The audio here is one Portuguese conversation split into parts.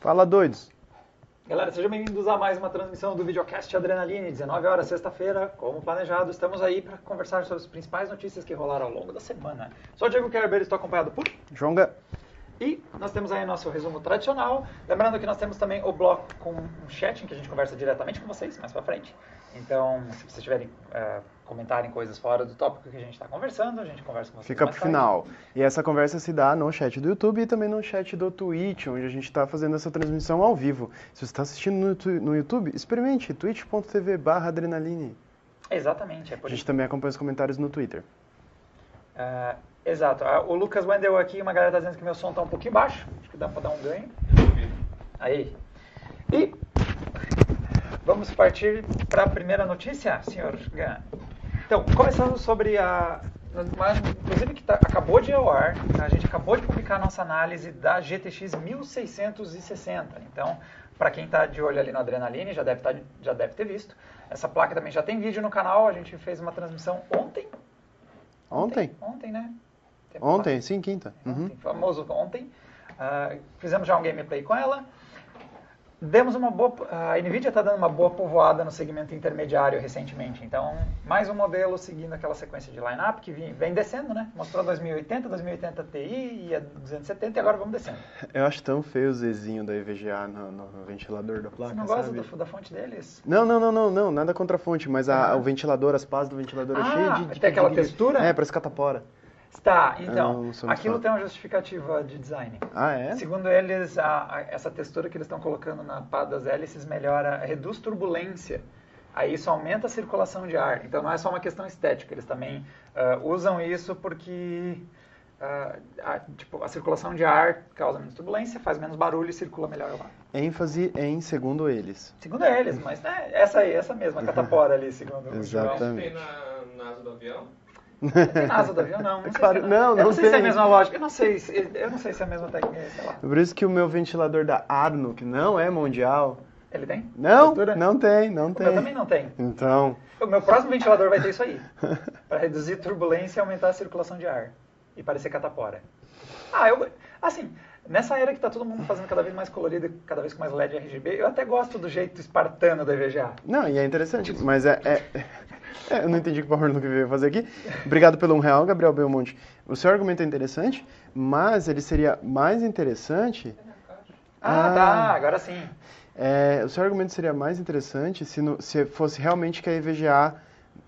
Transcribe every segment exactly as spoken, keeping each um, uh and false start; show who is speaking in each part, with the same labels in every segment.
Speaker 1: Fala, doidos!
Speaker 2: Galera, sejam bem-vindos a mais uma transmissão do Videocast Adrenaline, dezenove horas, sexta-feira, como planejado. Estamos aí para conversar sobre as principais notícias que rolaram ao longo da semana. Sou o Diego Kerber, estou acompanhado por...
Speaker 1: Jonga.
Speaker 2: E nós temos aí nosso resumo tradicional. Lembrando que nós temos também o bloco com um chat em que a gente conversa diretamente com vocês, mais pra frente. Então, se vocês tiverem, uh, comentarem coisas fora do tópico que a gente está conversando, a gente conversa com vocês.
Speaker 1: Fica
Speaker 2: mais
Speaker 1: pro
Speaker 2: tarde.
Speaker 1: final. E essa conversa se dá no chat do YouTube e também no chat do Twitch, onde a gente está fazendo essa transmissão ao vivo. Se você está assistindo no, no YouTube, experimente twitch ponto tv barra adrenaline.
Speaker 2: Exatamente, é por
Speaker 1: A gente
Speaker 2: isso.
Speaker 1: também acompanha os comentários no Twitter.
Speaker 2: Uh, exato. Uh, o Lucas Wendel aqui, uma galera está dizendo que meu som está um pouquinho baixo. Acho que dá para dar um ganho. Aí. E vamos partir para a primeira notícia, senhor Gan. Então, começando sobre a... Mas, inclusive, que tá, acabou de ir ao ar, a gente acabou de publicar a nossa análise da G T X mil seiscentos e sessenta. Então, para quem está de olho ali no Adrenaline, já deve, tá, já deve ter visto. Essa placa também já tem vídeo no canal, a gente fez uma transmissão ontem.
Speaker 1: Ontem?
Speaker 2: Ontem, ontem né? Tem
Speaker 1: Ontem,
Speaker 2: placa.
Speaker 1: sim, quinta.
Speaker 2: Ontem,
Speaker 1: Uhum.
Speaker 2: famoso ontem. Uh, fizemos já um gameplay com ela. Demos uma boa, a NVIDIA está dando uma boa povoada no segmento intermediário recentemente. Então, mais um modelo seguindo aquela sequência de line-up que vem, vem descendo, né? Mostrou dois mil e oitenta, dois mil e oitenta Ti e a duzentos e setenta e agora vamos descendo.
Speaker 1: Eu acho tão feio o Zzinho da E V G A no, no ventilador da placa,
Speaker 2: Você não gosta
Speaker 1: sabe?
Speaker 2: do, da fonte deles?
Speaker 1: Não, não, não, não, não, nada contra a fonte, mas a, o ventilador, as pás do ventilador é
Speaker 2: Ah,
Speaker 1: cheio de... de
Speaker 2: tem aquela
Speaker 1: de-
Speaker 2: textura?
Speaker 1: É, parece catapora.
Speaker 2: Tá,
Speaker 1: Eu
Speaker 2: então,
Speaker 1: não sou muito
Speaker 2: aquilo
Speaker 1: fã.
Speaker 2: tem uma justificativa de design.
Speaker 1: Ah, é?
Speaker 2: Segundo eles, a, a, essa textura que eles estão colocando na pá das hélices melhora, reduz turbulência. Aí isso aumenta a circulação de ar. Então não é só uma questão estética, eles também uh, usam isso porque uh, a, tipo, a circulação de ar causa menos turbulência, faz menos barulho e circula melhor o ar.
Speaker 1: ênfase em segundo eles.
Speaker 2: Segundo eles, mas né, essa aí, essa mesma catapora ali, segundo o João.
Speaker 1: Exatamente.
Speaker 3: Tem na, na asa do avião?
Speaker 2: Não tem asa do avião, não. Não sei,
Speaker 1: Claro,
Speaker 2: se, é,
Speaker 1: não,
Speaker 2: eu
Speaker 1: não
Speaker 2: não sei se é a
Speaker 1: tem.
Speaker 2: mesma lógica. Eu não sei, se- eu não sei se é a mesma técnica, sei lá.
Speaker 1: Por isso que o meu ventilador da Arno, que não é mundial,
Speaker 2: Ele tem?
Speaker 1: não,
Speaker 2: Textura?
Speaker 1: não tem, não
Speaker 2: O
Speaker 1: tem.
Speaker 2: meu também não tem.
Speaker 1: Então,
Speaker 2: O meu próximo ventilador vai ter isso aí. Para reduzir turbulência e aumentar a circulação de ar. E parecer catapora. Ah, eu... Assim, nessa era que tá todo mundo fazendo cada vez mais colorido e cada vez com mais L E D R G B, eu até gosto do jeito espartano da E V G A.
Speaker 1: não, e é interessante, mas é... é- é, eu não entendi o que o Power Look veio fazer aqui. Obrigado pelo um real, Gabriel Belmonte. O seu argumento é interessante, mas ele seria mais interessante...
Speaker 2: Ah,
Speaker 1: Ah.
Speaker 2: tá, agora sim.
Speaker 1: É, o seu argumento seria mais interessante se, no- se fosse realmente que a E V G A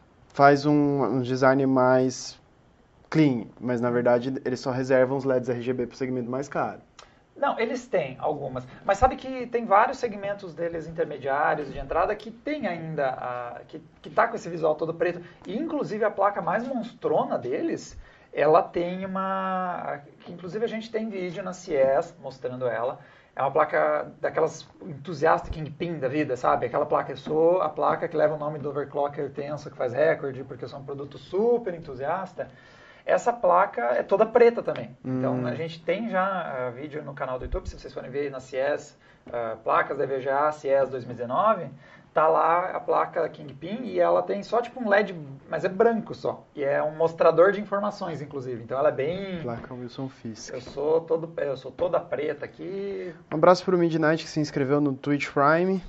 Speaker 1: faz um, um design mais clean, mas na verdade eles só reservam os L E Ds R G B para o segmento mais caro.
Speaker 2: Não, eles têm algumas. Mas sabe que tem vários segmentos deles intermediários de entrada que tem ainda, a, que, que tá com esse visual todo preto. E inclusive a placa mais monstrona deles, ela tem uma... que inclusive a gente tem vídeo na C E S mostrando ela. É uma placa daquelas entusiasta Kingpin da vida, sabe? Aquela placa, eu sou a placa que leva o nome do overclocker tenso, que faz recorde, porque eu sou um produto super entusiasta. Essa placa é toda preta também. Então, a gente tem já uh, vídeo no canal do YouTube, se vocês forem ver na C E S, uh, placas da E V G A, C E S dois mil e dezenove, tá lá a placa Kingpin e ela tem só tipo um L E D, mas é branco só. E é um mostrador de informações, inclusive. Então, ela é bem...
Speaker 1: Placa Wilson Fisk.
Speaker 2: Eu sou, todo, eu sou toda preta aqui.
Speaker 1: Um abraço pro Midnight que se inscreveu no Twitch Prime.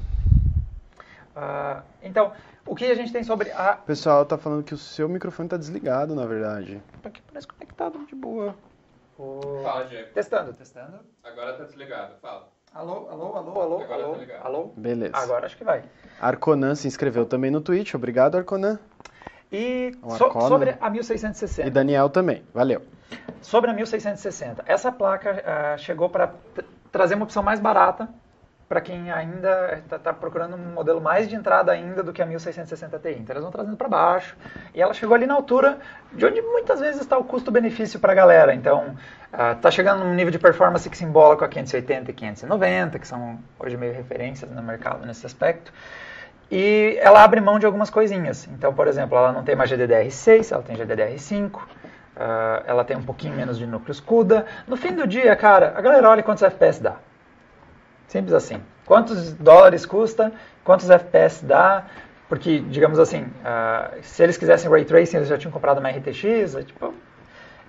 Speaker 2: Uh, então, o que a gente tem sobre a...
Speaker 1: O pessoal tá falando que o seu microfone tá desligado, na verdade.
Speaker 2: Aqui parece conectado de boa. O...
Speaker 3: Fala, Diego.
Speaker 2: Testando, testando.
Speaker 3: Agora tá desligado, fala.
Speaker 2: Alô, alô, alô, alô,
Speaker 3: Agora
Speaker 2: alô,
Speaker 3: tá ligado.
Speaker 2: alô.
Speaker 1: Beleza.
Speaker 2: Agora acho que vai.
Speaker 1: Arconan se inscreveu também no Twitch. Obrigado, Arconan.
Speaker 2: E
Speaker 1: O
Speaker 2: so-
Speaker 1: Arcona.
Speaker 2: sobre a mil seiscentos e sessenta.
Speaker 1: E Daniel também. Valeu.
Speaker 2: Sobre a mil seiscentos e sessenta. Essa placa ah, chegou para trazer uma opção mais barata para quem ainda está procurando um modelo mais de entrada ainda do que a mil seiscentos e sessenta Ti. Então eles vão trazendo para baixo. E ela chegou ali na altura de onde muitas vezes está o custo-benefício para a galera. Então está chegando num nível de performance que se embola com a quinhentos e oitenta e quinhentos e noventa, que são hoje meio referências no mercado nesse aspecto. E ela abre mão de algumas coisinhas. Então, por exemplo, ela não tem mais G D D R seis, ela tem G D D R cinco. Uh, ela tem um pouquinho menos de núcleo CUDA. No fim do dia, cara, a galera olha quantos F P S dá. Simples assim. Quantos dólares custa, quantos F P S dá, porque, digamos assim, uh, se eles quisessem Ray Tracing, eles já tinham comprado uma R T X, é, tipo,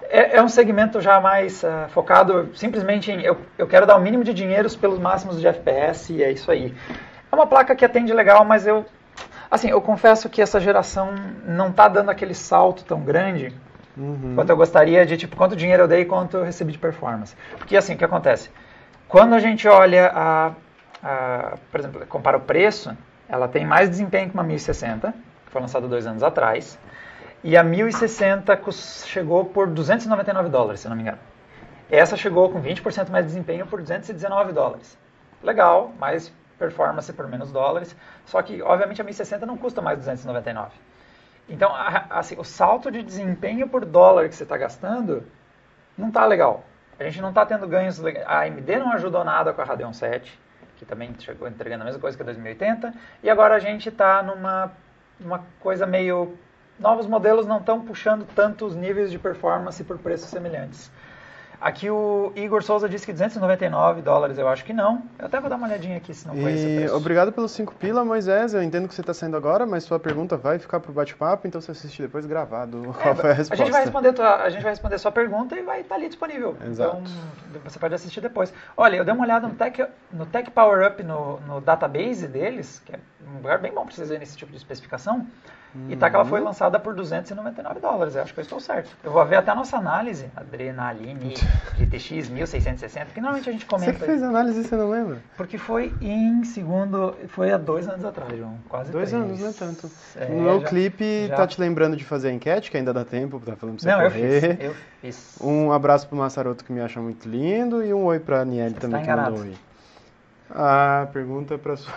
Speaker 2: é, é um segmento já mais uh, focado simplesmente em eu, eu quero dar o mínimo de dinheiro pelos máximos de F P S e é isso aí. É uma placa que atende legal, mas eu, assim, eu confesso que essa geração não está dando aquele salto tão grande uhum. quanto eu gostaria de, tipo, quanto dinheiro eu dei e quanto eu recebi de performance. Porque, assim, o que acontece? Quando a gente olha, a, a, por exemplo, compara o preço, ela tem mais desempenho que uma mil e sessenta, que foi lançada dois anos atrás, e a mil e sessenta chegou por duzentos e noventa e nove dólares, se não me engano. Essa chegou com vinte por cento mais de desempenho por duzentos e dezenove dólares. Legal, mais performance por menos dólares, só que, obviamente, a mil e sessenta não custa mais duzentos e noventa e nove. Então, assim, o salto de desempenho por dólar que você está gastando não está legal. A gente não está tendo ganhos legais. A A M D não ajudou nada com a Radeon sete, que também chegou entregando a mesma coisa que a dois mil e oitenta, e agora a gente está numa uma coisa meio... Novos modelos não estão puxando tantos níveis de performance por preços semelhantes. Aqui o Igor Souza disse que duzentos e noventa e nove dólares, eu acho que não. Eu até vou dar uma olhadinha aqui se não foi esse preço.
Speaker 1: Obrigado pelos cinco pila, Moisés. Eu entendo que você está saindo agora, mas sua pergunta vai ficar para o bate-papo, então você assiste depois gravado.
Speaker 2: É,
Speaker 1: qual foi a resposta?
Speaker 2: A gente vai responder tua, a gente vai responder sua pergunta e vai estar ali disponível.
Speaker 1: Exato.
Speaker 2: Então você pode assistir depois. Olha, eu dei uma olhada no Tech, no Tech Power Up, no, no database deles, que é um lugar bem bom para vocês verem esse tipo de especificação. E tá que ela foi lançada por duzentos e noventa e nove dólares, eu acho que eu estou certo. Eu vou ver até a nossa análise, Adrenaline G T X mil seiscentos e sessenta, que normalmente a gente comenta.
Speaker 1: Você que fez a análise e você não lembra?
Speaker 2: Porque foi em segundo, foi há dois anos atrás, João, quase
Speaker 1: Dois
Speaker 2: três.
Speaker 1: anos, não é tanto.
Speaker 2: É,
Speaker 1: no meu
Speaker 2: já,
Speaker 1: clipe,
Speaker 2: já...
Speaker 1: tá te lembrando de fazer a enquete, que ainda dá tempo, tá falando pra você
Speaker 2: não,
Speaker 1: correr.
Speaker 2: eu fiz, eu fiz.
Speaker 1: Um abraço pro Massaroto, que me acha muito lindo, e um oi pra Aniele
Speaker 2: você
Speaker 1: também,
Speaker 2: tá
Speaker 1: que mandou oi. A pergunta é pra sua...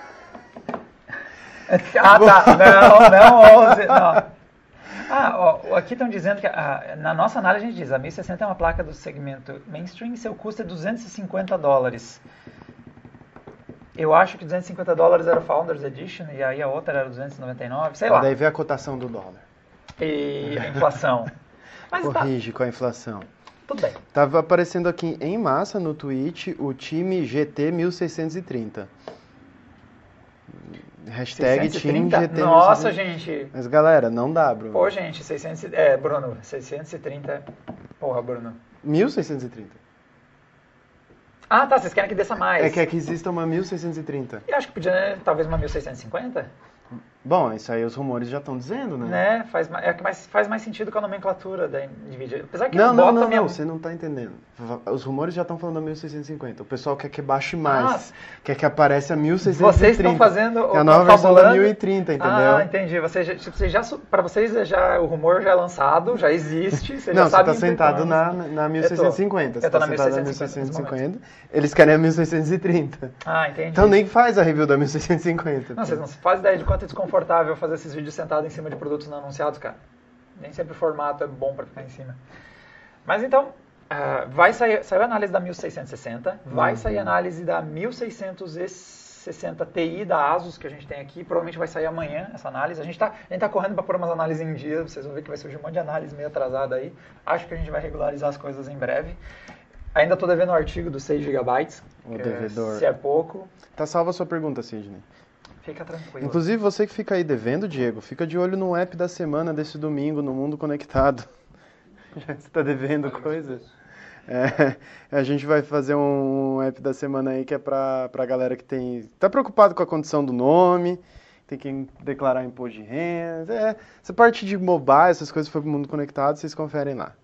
Speaker 2: Ah, tá. Não, não, onze, não. Ah, ó, aqui estão dizendo que ah, na nossa análise a gente diz a mil e sessenta é uma placa do segmento mainstream e seu custo é duzentos e cinquenta dólares. Eu acho que duzentos e cinquenta dólares era o Founders Edition e aí a outra era duzentos e noventa e nove, sei lá.
Speaker 1: Daí vê a cotação do dólar.
Speaker 2: E a inflação. Mas
Speaker 1: corrige
Speaker 2: tá.
Speaker 1: com a inflação.
Speaker 2: Tudo bem.
Speaker 1: Tava aparecendo aqui em massa no Twitch o time G T mil seiscentos e trinta. Hashtag Team G T.
Speaker 2: Nossa, gente.
Speaker 1: Mas galera, não dá, Bruno.
Speaker 2: Pô, gente, seiscentos... É, Bruno, seiscentos e trinta. Porra, Bruno.
Speaker 1: mil seiscentos e trinta.
Speaker 2: Ah, tá, vocês querem que desça mais.
Speaker 1: É que aqui exista uma mil seiscentos e trinta.
Speaker 2: Eu acho que podia, né, talvez uma mil seiscentos e cinquenta.
Speaker 1: Bom, isso aí os rumores já estão dizendo, né?
Speaker 2: Né, faz, é que mais, faz mais sentido com a nomenclatura da NVIDIA. Apesar que
Speaker 1: não,
Speaker 2: eles
Speaker 1: não,
Speaker 2: botam
Speaker 1: não,
Speaker 2: minha...
Speaker 1: não, você não tá entendendo. Os rumores já estão falando a mil seiscentos e cinquenta. O pessoal quer que baixe mais. Ah, quer que apareça a mil seiscentos e trinta.
Speaker 2: Vocês estão fazendo...
Speaker 1: É a nova versão da mil e trinta, entendeu?
Speaker 2: Ah, entendi. Você já, tipo, você já, para vocês, já, o rumor já é lançado, já existe. Você
Speaker 1: não,
Speaker 2: já sabe
Speaker 1: você tá sentado na, na mil seiscentos e cinquenta. Você
Speaker 2: eu tô
Speaker 1: tá
Speaker 2: na
Speaker 1: sentado na mil seiscentos e cinquenta. Eles querem a mil seiscentos e trinta.
Speaker 2: Ah, entendi.
Speaker 1: Então nem faz a review da mil seiscentos e cinquenta.
Speaker 2: Não, vocês não fazem ideia de quanto é desconfortável fazer esses vídeos sentados em cima de produtos não anunciados, cara. Nem sempre o formato é bom para ficar em cima. Mas então, uh, vai sair, saiu a análise da mil seiscentos e sessenta, vai uhum. sair a análise da mil seiscentos e sessenta Ti da Asus, que a gente tem aqui, provavelmente vai sair amanhã essa análise. A gente está tá correndo para pôr umas análises em dia, vocês vão ver que vai surgir um monte de análise meio atrasada aí. Acho que a gente vai regularizar as coisas em breve. Ainda estou devendo o artigo dos seis gigabytes,
Speaker 1: o devedor.
Speaker 2: É, se é pouco.
Speaker 1: Tá salva a sua pergunta, Sidney.
Speaker 2: Fica tranquilo.
Speaker 1: Inclusive, você que fica aí devendo, Diego, fica de olho no app da semana desse domingo, no Mundo Conectado. Já está devendo coisa. É, a gente vai fazer um app da semana aí que é para a galera que tem tá preocupado com a condição do nome, tem que declarar imposto de renda. É, essa parte de mobile, essas coisas foi para o Mundo Conectado, vocês conferem lá.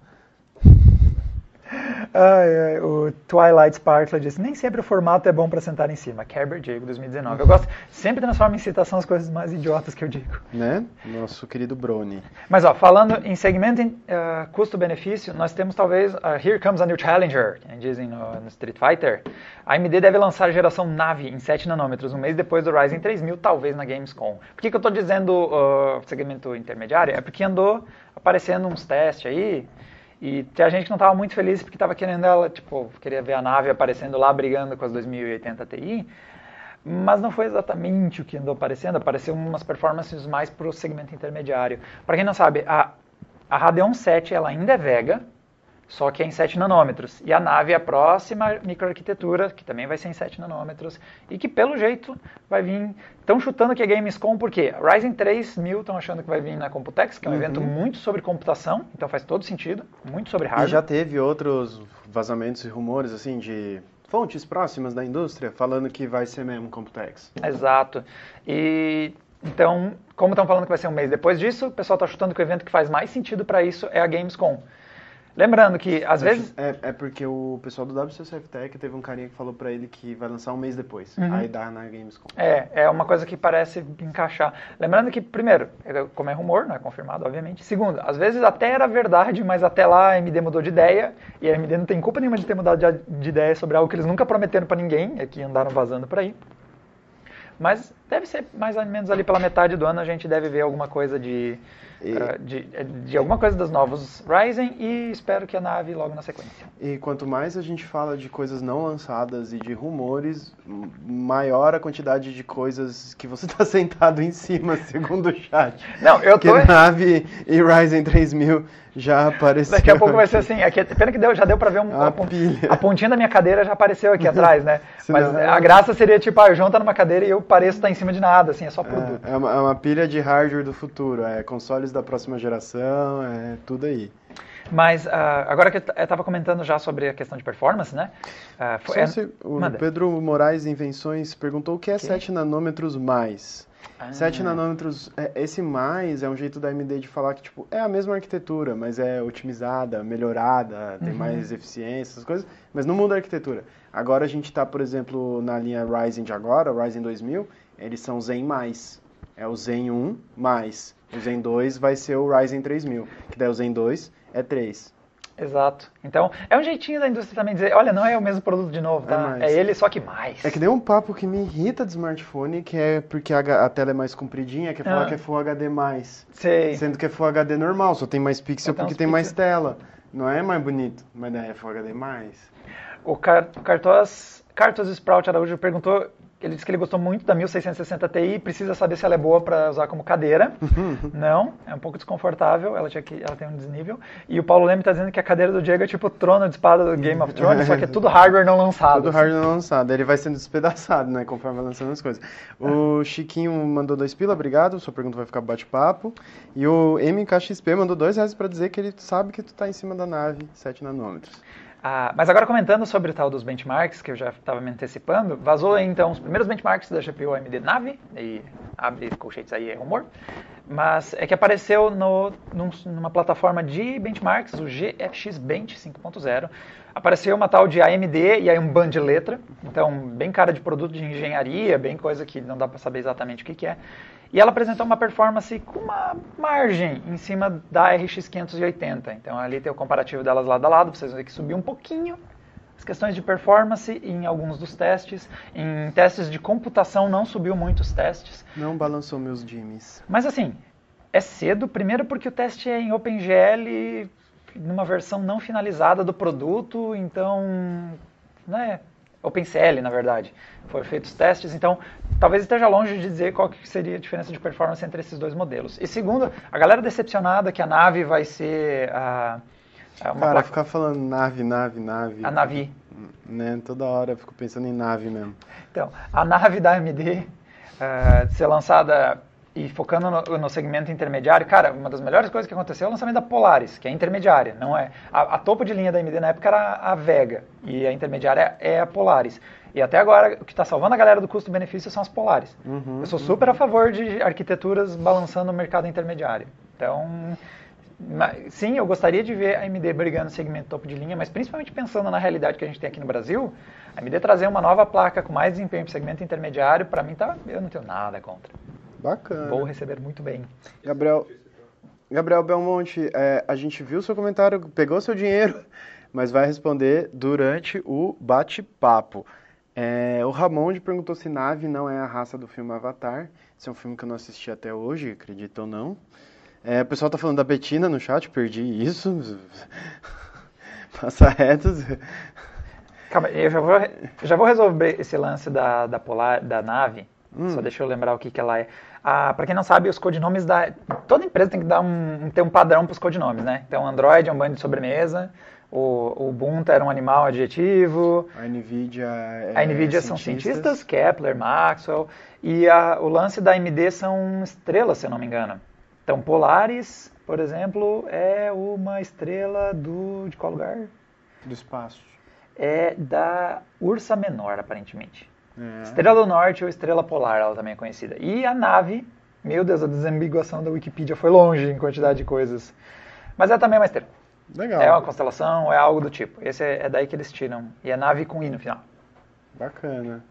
Speaker 2: Ai, ai, o Twilight Sparkler disse, nem sempre o formato é bom para sentar em cima. Kerber Diego, dois mil e dezenove. Eu gosto, sempre transformo em citação as coisas mais idiotas que eu digo.
Speaker 1: Né? Nosso querido Brony.
Speaker 2: Mas, ó, falando em segmento uh, custo-benefício, nós temos talvez, uh, here comes a new challenger, que dizem no, no Street Fighter. A AMD deve lançar a geração Navi em sete nanômetros, um mês depois do Ryzen três mil, talvez na Gamescom. Por que, que eu estou dizendo uh, segmento intermediário? É porque andou aparecendo uns testes aí, e tinha gente que não estava muito feliz porque estava querendo ela, tipo, queria ver a nave aparecendo lá, brigando com as dois mil e oitenta Ti, mas não foi exatamente o que andou aparecendo, apareceu umas performances mais para o segmento intermediário. Para quem não sabe, a, a Radeon sete ela ainda é Vega, só que é em sete nanômetros. E a nave é a próxima microarquitetura, que também vai ser em sete nanômetros, e que pelo jeito vai vir... Estão chutando que é Gamescom, por quê? Ryzen três mil estão achando que vai vir na Computex, que é um
Speaker 1: Uhum.
Speaker 2: evento muito sobre computação, então faz todo sentido, muito sobre hardware.
Speaker 1: E já teve outros vazamentos e rumores, assim, de fontes próximas da indústria, falando que vai ser mesmo Computex.
Speaker 2: Exato. E... Então, como estão falando que vai ser um mês depois disso, o pessoal está chutando que o evento que faz mais sentido para isso é a Gamescom. Lembrando que, às vezes...
Speaker 1: É, é porque o pessoal do W C C F Tech teve um carinha que falou pra ele que vai lançar um mês depois.
Speaker 2: Uhum.
Speaker 1: Aí dá na Gamescom.
Speaker 2: É, é uma coisa que parece encaixar. Lembrando que, primeiro, como é rumor, não é confirmado, obviamente. Segundo, às vezes até era verdade, mas até lá a AMD mudou de ideia. E a AMD não tem culpa nenhuma de ter mudado de, de ideia sobre algo que eles nunca prometeram pra ninguém. É que andaram vazando por aí. Mas deve ser mais ou menos ali pela metade do ano a gente deve ver alguma coisa de,
Speaker 1: E-
Speaker 2: uh, de, de alguma coisa dos novos Ryzen e espero que a nave logo na sequência.
Speaker 1: E quanto mais a gente fala de coisas não lançadas e de rumores, m- maior a quantidade de coisas que você está sentado em cima, segundo o chat.
Speaker 2: Não, eu tô...
Speaker 1: Porque nave e Ryzen três mil já apareceu.
Speaker 2: Daqui a pouco vai
Speaker 1: aqui.
Speaker 2: ser assim, aqui, pena que deu, já deu pra ver um,
Speaker 1: A
Speaker 2: a, pon-
Speaker 1: pilha.
Speaker 2: a pontinha da minha cadeira já apareceu aqui atrás, né?
Speaker 1: Senão-
Speaker 2: Mas a graça seria tipo, ah, o João tá numa cadeira e eu pareço estar em cima de nada, assim, é só produto.
Speaker 1: É, é uma, é uma pilha de hardware do futuro, é consoles da próxima geração, é tudo aí.
Speaker 2: Mas ah, agora que eu t- eu tava comentando já sobre a questão de performance, né? Ah, foi-
Speaker 1: Só
Speaker 2: é-
Speaker 1: se- o
Speaker 2: manda.
Speaker 1: Pedro Moraes Invenções perguntou o que é
Speaker 2: Que?
Speaker 1: sete nanômetros mais.
Speaker 2: Ah.
Speaker 1: sete nanômetros, é, esse mais é um jeito da A M D de falar que tipo, é a mesma arquitetura, mas é otimizada, melhorada, tem
Speaker 2: Uhum.
Speaker 1: mais eficiência, essas coisas, mas não muda a arquitetura. Agora a gente está, por exemplo, na linha Ryzen de agora, o Ryzen dois mil, eles são Zen mais. É o Zen um mais. O Zen dois vai ser o Ryzen três mil, que daí o Zen dois é três.
Speaker 2: Exato. Então, é um jeitinho da indústria também dizer, olha, não é o mesmo produto de novo,
Speaker 1: É
Speaker 2: tá?
Speaker 1: mais.
Speaker 2: É, ele, só que mais.
Speaker 1: É que nem um papo que me irrita de smartphone, que é porque a, ga- a tela é mais compridinha, que é falar
Speaker 2: Ah.
Speaker 1: que é Full H D mais.
Speaker 2: Sei.
Speaker 1: Sendo que é Full H D normal, só tem mais pixel
Speaker 2: Só tem
Speaker 1: porque
Speaker 2: uns
Speaker 1: tem mais
Speaker 2: pixels.
Speaker 1: tela. Não é mais bonito, mas daí é Full H D mais.
Speaker 2: O Car o Cartos, Cartos Sprout Araújo perguntou, ele disse que ele gostou muito da mil seiscentos e sessenta Ti e precisa saber se ela é boa para usar como cadeira. Não, é um pouco desconfortável, ela, tinha que, ela tem um desnível. E o Paulo Leme está dizendo que a cadeira do Diego é tipo o trono de espada do Game of Thrones, só que é tudo hardware não lançado.
Speaker 1: Todo hardware não lançado, ele vai sendo despedaçado, né, conforme vai lançando as coisas. O Chiquinho mandou dois pila, obrigado, sua pergunta vai ficar bate-papo. E o M K X P mandou dois reais pra dizer que ele sabe que tu tá em cima da nave, sete nanômetros.
Speaker 2: Ah, mas agora comentando sobre o tal dos benchmarks, que eu já estava me antecipando, vazou então os primeiros benchmarks da G P U A M D Navi, e abre colchetes aí, é rumor, mas é que apareceu no, num, numa plataforma de benchmarks, o G F X Bench cinco ponto zero, apareceu uma tal de A M D e aí um ban de letra, então bem cara de produto de engenharia, bem coisa que não dá para saber exatamente o que, que é. E ela apresentou uma performance com uma margem em cima da R X quinhentos e oitenta. Então ali tem o comparativo delas lado a lado, vocês vão ver que subiu um pouquinho as questões de performance em alguns dos testes. Em testes de computação não subiu muito os testes.
Speaker 1: Não balançou meus Jimmys.
Speaker 2: Mas assim, é cedo, primeiro porque o teste é em OpenGL, numa versão não finalizada do produto, então, né, OpenCL na verdade, foram feitos testes, então talvez esteja longe de dizer qual que seria a diferença de performance entre esses dois modelos. E segundo, a galera decepcionada que a nave vai ser a, a uma
Speaker 1: Cara,
Speaker 2: placa,
Speaker 1: ficar falando nave, nave, nave.
Speaker 2: a Navi.
Speaker 1: Né, toda hora eu fico pensando em nave mesmo.
Speaker 2: Então, a nave da A M D uh, ser lançada e focando no, no segmento intermediário, cara, uma das melhores coisas que aconteceu é o lançamento da Polaris, que é intermediária, não é? A, a topo de linha da A M D na época era a Vega, e a intermediária é a Polaris. E até agora, o que está salvando a galera do custo-benefício são as Polaris.
Speaker 1: Uhum,
Speaker 2: Eu sou super a favor de arquiteturas balançando o mercado intermediário. Então, na- sim, eu gostaria de ver a AMD brigando no segmento topo de linha, mas principalmente pensando na realidade que a gente tem aqui no Brasil, a AMD trazer uma nova placa com mais desempenho para o segmento intermediário, para mim, tá, eu não tenho nada contra.
Speaker 1: Bacana.
Speaker 2: Vou receber muito bem.
Speaker 1: Gabriel, Gabriel Belmonte, é, a gente viu seu comentário, pegou seu dinheiro, mas vai responder durante o bate-papo. É, o Ramonde perguntou se Nave não é a raça do filme Avatar. Esse é um filme que eu não assisti até hoje, acredito ou não. É, o pessoal tá falando da Betina no chat, perdi isso. Passa reto.
Speaker 2: Calma, eu já vou, eu já vou resolver esse lance da, da, polar, da nave
Speaker 1: Hum.
Speaker 2: Só deixa eu lembrar o que, que ela é. Ah, para quem não sabe, os codinomes da... Toda empresa tem que dar um, ter um padrão para os codinomes, né? Então, Android é um bando de sobremesa, o, o Ubuntu era um animal adjetivo,
Speaker 1: A NVIDIA é
Speaker 2: a NVIDIA são cientistas, Kepler, Maxwell, e a, o lance da A M D são estrelas, se eu não me engano. Então, Polaris, por exemplo, é uma estrela do... de qual lugar?
Speaker 1: do espaço.
Speaker 2: É da Ursa Menor, aparentemente.
Speaker 1: É.
Speaker 2: Estrela do Norte ou Estrela Polar, ela também é conhecida. E a nave, meu Deus, a desambiguação da Wikipedia foi longe em quantidade de coisas. Mas é também uma estrela.
Speaker 1: Legal.
Speaker 2: É uma constelação, é algo do tipo. Esse é, é daí que eles tiram. E é nave com I no final.
Speaker 1: Bacana.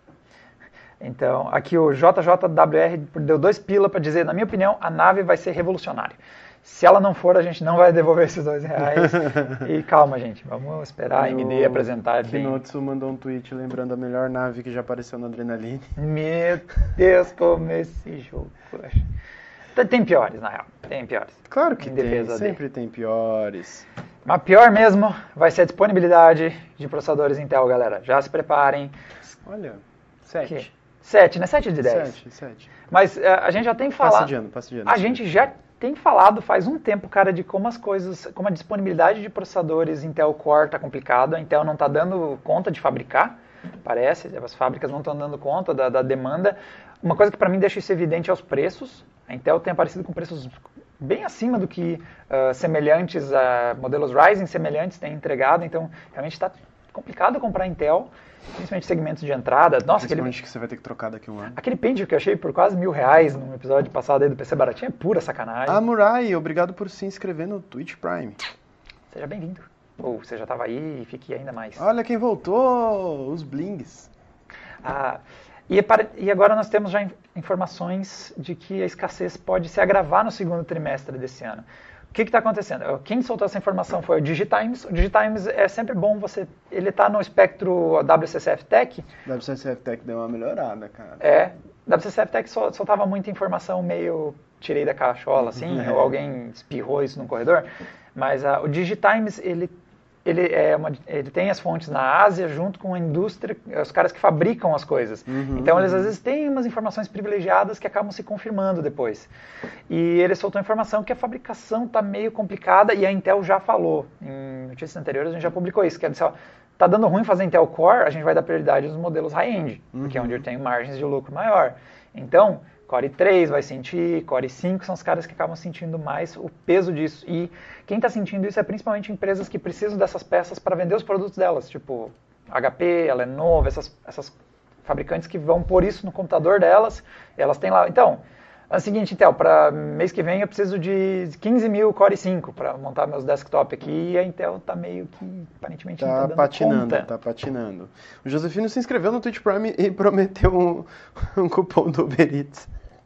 Speaker 2: Então, aqui o J J W R deu dois pila para dizer, na minha opinião, a nave vai ser revolucionária. Se ela não for, a gente não vai devolver esses dois reais. E calma, gente, vamos esperar a A M D apresentar bem.
Speaker 1: Kinotsu mandou um tweet lembrando a melhor nave que já apareceu na Adrenaline.
Speaker 2: Meu Deus, como esse jogo. Poxa. Tem piores, na real. Tem piores.
Speaker 1: Claro que
Speaker 2: Em
Speaker 1: tem,
Speaker 2: defesa dele.
Speaker 1: sempre tem piores.
Speaker 2: Mas pior mesmo vai ser a disponibilidade de processadores Intel, galera. Já se preparem.
Speaker 1: Olha,
Speaker 2: Que?
Speaker 1: sete.
Speaker 2: sete, né? sete de dez.
Speaker 1: Sete, sete.
Speaker 2: Mas uh, a gente já tem
Speaker 1: Passa
Speaker 2: falado...
Speaker 1: de ano, passa de ano.
Speaker 2: A gente já tem falado faz um tempo, cara, de como as coisas, como a disponibilidade de processadores Intel Core tá complicada. A Intel não tá dando conta de fabricar, parece. As fábricas não estão dando conta da, da demanda. Uma coisa que para mim deixa isso evidente é os preços. A Intel tem aparecido com preços bem acima do que uh, semelhantes a modelos Ryzen semelhantes têm entregado. Então, realmente está complicado comprar Intel, principalmente segmentos de entrada. Nossa, aquele...
Speaker 1: Principalmente que você vai ter que trocar daqui a um ano.
Speaker 2: Aquele Pentium que eu achei por quase mil reais no episódio passado aí do P C Baratinho é pura sacanagem.
Speaker 1: Ah, Murai, obrigado por se inscrever no Twitch Prime.
Speaker 2: Seja bem-vindo. Ou você já estava aí e fique ainda mais.
Speaker 1: Olha quem voltou, os blings.
Speaker 2: Ah, e, para, e agora nós temos já in- informações de que a escassez pode se agravar no segundo trimestre desse ano. O que está acontecendo? Quem soltou essa informação foi o Digitimes. O Digitimes é sempre bom você... Ele está no espectro W C C F Tech.
Speaker 1: W C C F Tech deu uma melhorada, cara.
Speaker 2: É, W C C F Tech sol, soltava muita informação meio tirei da cachola, assim,
Speaker 1: É.
Speaker 2: ou alguém espirrou isso no corredor. Mas uh, o Digitimes, ele, ele, é uma, ele tem as fontes na Ásia junto com a indústria, os caras que fabricam as coisas.
Speaker 1: Uhum,
Speaker 2: então, eles
Speaker 1: uhum.
Speaker 2: às vezes têm umas informações privilegiadas que acabam se confirmando depois. E ele soltou a informação que a fabricação está meio complicada e a Intel já falou. Em notícias anteriores, a gente já publicou isso, que é dizer, ó, tá dando ruim fazer Intel Core, a gente vai dar prioridade nos modelos high-end,
Speaker 1: Uhum.
Speaker 2: porque é onde eu tenho margens de lucro maior. Então, Core três vai sentir, Core cinco são os caras que acabam sentindo mais o peso disso. E quem está sentindo isso é principalmente empresas que precisam dessas peças para vender os produtos delas, tipo H P, a Lenovo, essas, essas fabricantes que vão pôr isso no computador delas, elas têm lá. Então, é o seguinte, Intel, para mês que vem eu preciso de quinze mil Core cinco para montar meus desktop aqui, e a Intel está meio que, aparentemente, não
Speaker 1: Tá
Speaker 2: está dando
Speaker 1: patinando,
Speaker 2: conta.
Speaker 1: tá patinando. O Josefino se inscreveu no Twitch Prime e prometeu um, um cupom do Uber Eats.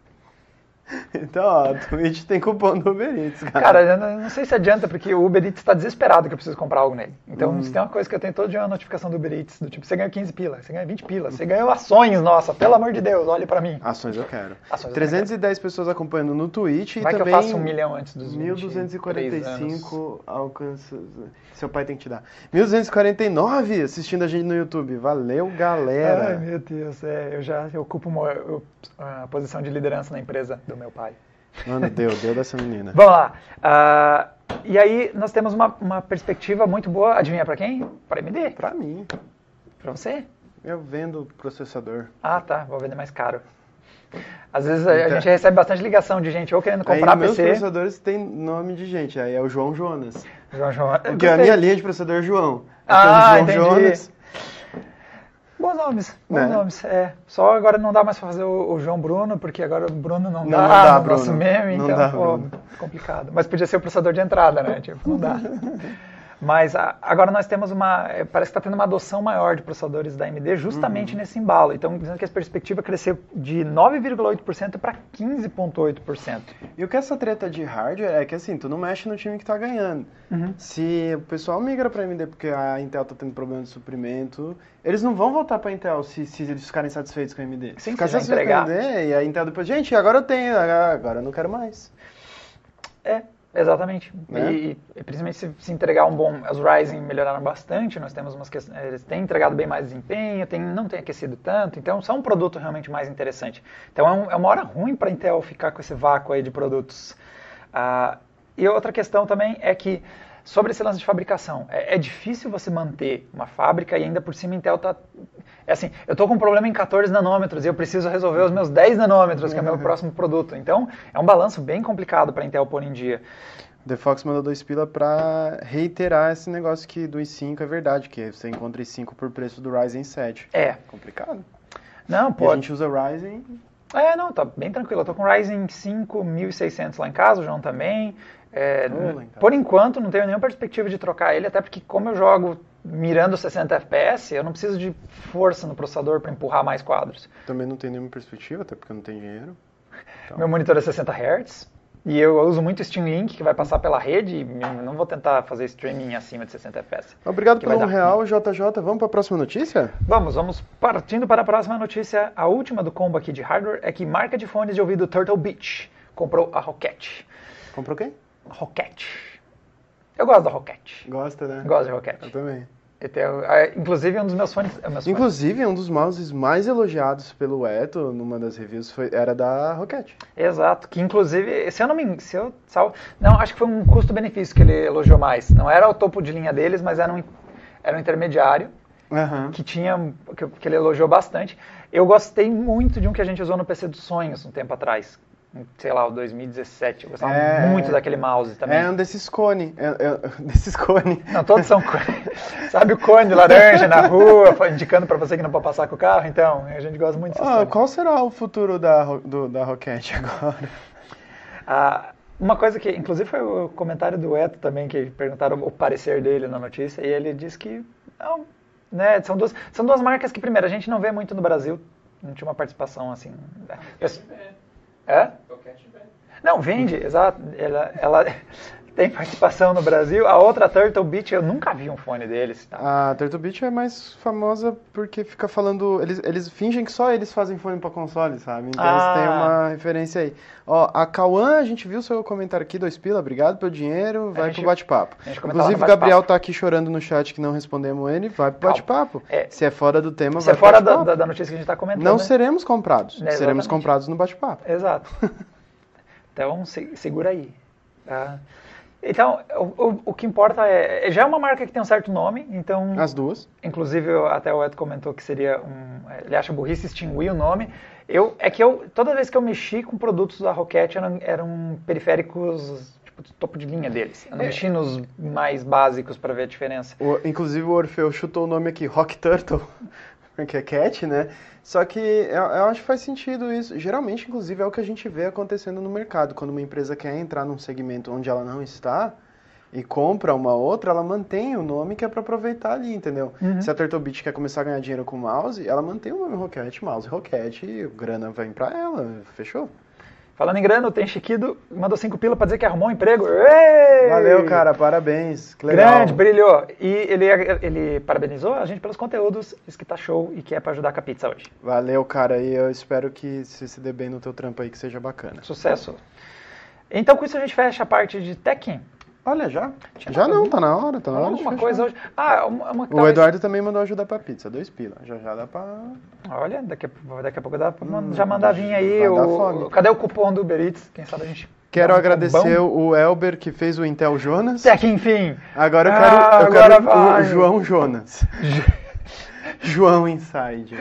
Speaker 1: Então, ó, a Twitch tem cupom do Uber Eats, cara.
Speaker 2: Cara, eu não, não sei se adianta, porque o Uber Eats está desesperado que eu preciso comprar algo nele. Então,
Speaker 1: Hum.
Speaker 2: se tem uma coisa que eu tenho todo dia, uma notificação do Uber Eats, do tipo, você ganhou quinze pila, você ganhou vinte pila, você ganhou ações, nossa, pelo amor de Deus, olhe pra mim.
Speaker 1: Ações eu quero.
Speaker 2: Ações eu
Speaker 1: trezentas e dez pessoas acompanhando no Twitch
Speaker 2: Vai
Speaker 1: e
Speaker 2: que eu
Speaker 1: também
Speaker 2: faço um milhão antes dos
Speaker 1: mil
Speaker 2: vinte
Speaker 1: duzentos e
Speaker 2: e
Speaker 1: quarenta
Speaker 2: três
Speaker 1: e
Speaker 2: anos.
Speaker 1: cinco alcanças. Seu pai tem que te dar. mil duzentos e quarenta e nove assistindo a gente no YouTube. Valeu, galera.
Speaker 2: Ai, meu Deus, é, eu já eu ocupo uma, eu- a posição de liderança na empresa do meu pai.
Speaker 1: Mano, deu, deu dessa menina.
Speaker 2: Vamos lá. Ah, e aí, nós temos uma, uma perspectiva muito boa. Adivinha pra quem? Pra A M D.
Speaker 1: Pra mim,
Speaker 2: Pra você?
Speaker 1: eu vendo processador.
Speaker 2: Ah, tá. Vou vender mais caro. Às vezes a, a
Speaker 1: Então-
Speaker 2: gente recebe bastante ligação de gente ou querendo
Speaker 1: Aí
Speaker 2: comprar
Speaker 1: meus
Speaker 2: P C.
Speaker 1: processadores têm nome de gente, aí é o João Jonas.
Speaker 2: João, João.
Speaker 1: Porque a minha linha de processador é João.
Speaker 2: Ah,
Speaker 1: Então, João
Speaker 2: entendi.
Speaker 1: Jonas.
Speaker 2: Bons nomes, bons
Speaker 1: Né?
Speaker 2: nomes. É. Só agora não dá mais pra fazer o, o João Bruno, porque agora o Bruno não,
Speaker 1: Não,
Speaker 2: dá,
Speaker 1: não dá,
Speaker 2: no nosso
Speaker 1: Bruno.
Speaker 2: meme,
Speaker 1: Não
Speaker 2: então,
Speaker 1: dá,
Speaker 2: pô,
Speaker 1: Bruno.
Speaker 2: complicado. Mas podia ser o processador de entrada, né? Tipo, não dá. Mas a, agora nós temos uma, é, parece que está tendo uma adoção maior de processadores da A M D justamente
Speaker 1: Uhum.
Speaker 2: nesse embalo. Então, dizendo que a perspectiva cresceu de nove vírgula oito por cento para quinze vírgula oito por cento.
Speaker 1: E o que essa treta de hardware é que assim, tu não mexe no time que tá ganhando.
Speaker 2: Uhum.
Speaker 1: Se o pessoal migra pra A M D porque a Intel tá tendo problema de suprimento, eles não vão voltar pra Intel se, se eles ficarem satisfeitos com a A M D.
Speaker 2: Sim,
Speaker 1: Ficar
Speaker 2: se já
Speaker 1: satisfeito com a
Speaker 2: entregar.
Speaker 1: A M D e a Intel depois, gente, agora eu tenho, agora eu não quero mais.
Speaker 2: É, Exatamente.
Speaker 1: Né?
Speaker 2: E, e principalmente se, se entregar um bom... Os Ryzen melhoraram bastante, nós temos umas questões... Eles têm entregado bem mais desempenho, tem, não tem aquecido tanto, então são um produto realmente mais interessante. Então é, um, é uma hora ruim para a Intel ficar com esse vácuo aí de produtos. Ah, e outra questão também é que, sobre esse lance de fabricação, é, é difícil você manter uma fábrica e ainda por cima a Intel está... É assim, eu estou com um problema em quatorze nanômetros e eu preciso resolver os meus dez nanômetros, que é o meu próximo produto. Então, é um balanço bem complicado para a Intel pôr em dia.
Speaker 1: The Fox mandou dois pila para reiterar esse negócio que do i cinco é verdade, que você encontra i cinco por preço do Ryzen sete.
Speaker 2: É.
Speaker 1: Complicado.
Speaker 2: Não,
Speaker 1: E
Speaker 2: pô...
Speaker 1: a gente usa Ryzen...
Speaker 2: É, não, tá bem tranquilo. Eu tô com Ryzen cinco mil e seiscentos lá em casa, o João também. É,
Speaker 1: Oh, lá em casa.
Speaker 2: por enquanto, não tenho nenhuma perspectiva de trocar ele, até porque como eu jogo mirando sessenta F P S, eu não preciso de força no processador para empurrar mais quadros.
Speaker 1: Também não tem nenhuma perspectiva, até porque eu não tenho dinheiro. Então...
Speaker 2: Meu monitor é sessenta hertz. E eu uso muito Steam Link, que vai passar pela rede, e não vou tentar fazer streaming acima de sessenta F P S.
Speaker 1: Obrigado
Speaker 2: que
Speaker 1: pelo
Speaker 2: vai
Speaker 1: um
Speaker 2: dar
Speaker 1: real, J J. Vamos para a próxima notícia?
Speaker 2: Vamos, vamos partindo para a próxima notícia. A última do combo aqui de hardware é que marca de fones de ouvido Turtle Beach comprou a Roccat.
Speaker 1: Comprou quem?
Speaker 2: Roccat. Eu gosto da Roccat.
Speaker 1: Gosta, né?
Speaker 2: Gosto de Roccat.
Speaker 1: Eu também.
Speaker 2: Eu tenho, é, inclusive, um dos meus fones... é, meus fones.
Speaker 1: Inclusive, um dos mouses mais elogiados pelo Eto, numa das reviews, foi, era da Roccat.
Speaker 2: Exato, que inclusive, se eu não me engano, se eu salvo, não, acho que foi um custo-benefício que ele elogiou mais. Não era o topo de linha deles, mas era um, era um intermediário
Speaker 1: Aham.
Speaker 2: que tinha, que, que ele elogiou bastante. Eu gostei muito de um que a gente usou no P C dos Sonhos um tempo atrás. Sei lá, o dois mil e dezessete. Eu gostava
Speaker 1: É,
Speaker 2: muito daquele mouse também.
Speaker 1: É um desses cone. É, é, desses cone.
Speaker 2: Não, todos são cone. Sabe o cone laranja na rua, indicando pra você que não pode passar com o carro? Então, a gente gosta muito desses
Speaker 1: Ah,
Speaker 2: cones.
Speaker 1: qual será o futuro da, Ro- do, da Roccat agora?
Speaker 2: Ah, uma coisa que, inclusive, foi o comentário do Eto também, que perguntaram o parecer dele na notícia, e ele disse que, não, né, são duas, são duas marcas que, primeiro, a gente não vê muito no Brasil, não tinha uma participação, assim... Eu, é?
Speaker 3: Qualquer tiver.
Speaker 2: Não, vende, exato, ela, ela tem participação no Brasil, a outra, a Turtle Beach, eu nunca vi um fone deles, tá?
Speaker 1: A Turtle Beach é mais famosa porque fica falando... Eles, eles fingem que só eles fazem fone pra console, sabe? Então
Speaker 2: Ah.
Speaker 1: eles têm uma referência aí. Ó, a Cauã, a gente viu seu comentário aqui, dois pila, obrigado pelo dinheiro, vai
Speaker 2: gente-
Speaker 1: pro bate-papo.
Speaker 2: a gente comenta lá no
Speaker 1: Inclusive o
Speaker 2: bate-papo.
Speaker 1: Gabriel tá aqui chorando no chat que não respondemos ele, vai pro
Speaker 2: Calma.
Speaker 1: bate-papo.
Speaker 2: É.
Speaker 1: Se é fora do tema,
Speaker 2: Isso
Speaker 1: vai
Speaker 2: é fora
Speaker 1: pro
Speaker 2: da,
Speaker 1: bate-papo.
Speaker 2: da, da notícia que a gente está comentando,
Speaker 1: Não
Speaker 2: né?
Speaker 1: seremos comprados,
Speaker 2: É,
Speaker 1: seremos
Speaker 2: exatamente.
Speaker 1: comprados no bate-papo.
Speaker 2: Exato. Então, se- segura aí. Tá? Então, o, o, o que importa é... Já é uma marca que tem um certo nome, então...
Speaker 1: As duas.
Speaker 2: Inclusive, eu- até o Ed comentou que seria um... Ele acha burrice extinguir o nome. Eu, é que eu, toda vez que eu mexi com produtos da Roccat, eram, eram periféricos, tipo, de topo de linha deles. Eu não
Speaker 1: É.
Speaker 2: mexi nos mais básicos para ver a diferença.
Speaker 1: O- inclusive o Orfeu chutou o nome aqui, Rock Turtle, porque é cat, né? Só que eu, eu acho que faz sentido isso. Geralmente, inclusive, é o que a gente vê acontecendo no mercado. Quando uma empresa quer entrar num segmento onde ela não está e compra uma outra, ela mantém o nome que é para aproveitar ali, entendeu?
Speaker 2: Uhum.
Speaker 1: Se a Turtle Beach quer começar a ganhar dinheiro com o mouse, ela mantém o nome Roccat, mouse Roccat, e a grana vem para ela, fechou?
Speaker 2: Falando em grana, o Tem Chiquido mandou cinco pila para dizer que arrumou um emprego. Ei!
Speaker 1: Valeu, cara, parabéns, que legal.
Speaker 2: Grande, brilhou. E ele, ele parabenizou a gente pelos conteúdos, disse que tá show e que é pra ajudar com a pizza hoje.
Speaker 1: Valeu, cara, e eu espero que você se dê bem no teu trampo aí, que seja bacana.
Speaker 2: Sucesso. Então com isso a gente fecha a parte de tech.
Speaker 1: Olha, já?
Speaker 2: Tinha
Speaker 1: Já
Speaker 2: mais
Speaker 1: não,
Speaker 2: algum?
Speaker 1: tá na hora, tá na hora de
Speaker 2: Alguma
Speaker 1: fechar.
Speaker 2: coisa hoje. Ah, uma, uma que
Speaker 1: O
Speaker 2: talvez-
Speaker 1: Eduardo também mandou ajudar pra pizza, dois pila. Já já dá pra...
Speaker 2: Olha, daqui a, daqui a pouco dá pra man-
Speaker 1: Hum,
Speaker 2: já mandar vir aí.
Speaker 1: vai dar
Speaker 2: O,
Speaker 1: fome.
Speaker 2: cadê o cupom do Uber Eats? Quem sabe a gente...
Speaker 1: Quero
Speaker 2: dá um
Speaker 1: agradecer
Speaker 2: combão?
Speaker 1: o Elber que fez o Intel Jonas.
Speaker 2: Tech, enfim.
Speaker 1: Agora eu
Speaker 2: Ah,
Speaker 1: quero, eu
Speaker 2: agora
Speaker 1: quero
Speaker 2: vai.
Speaker 1: o João Jonas. João Inside.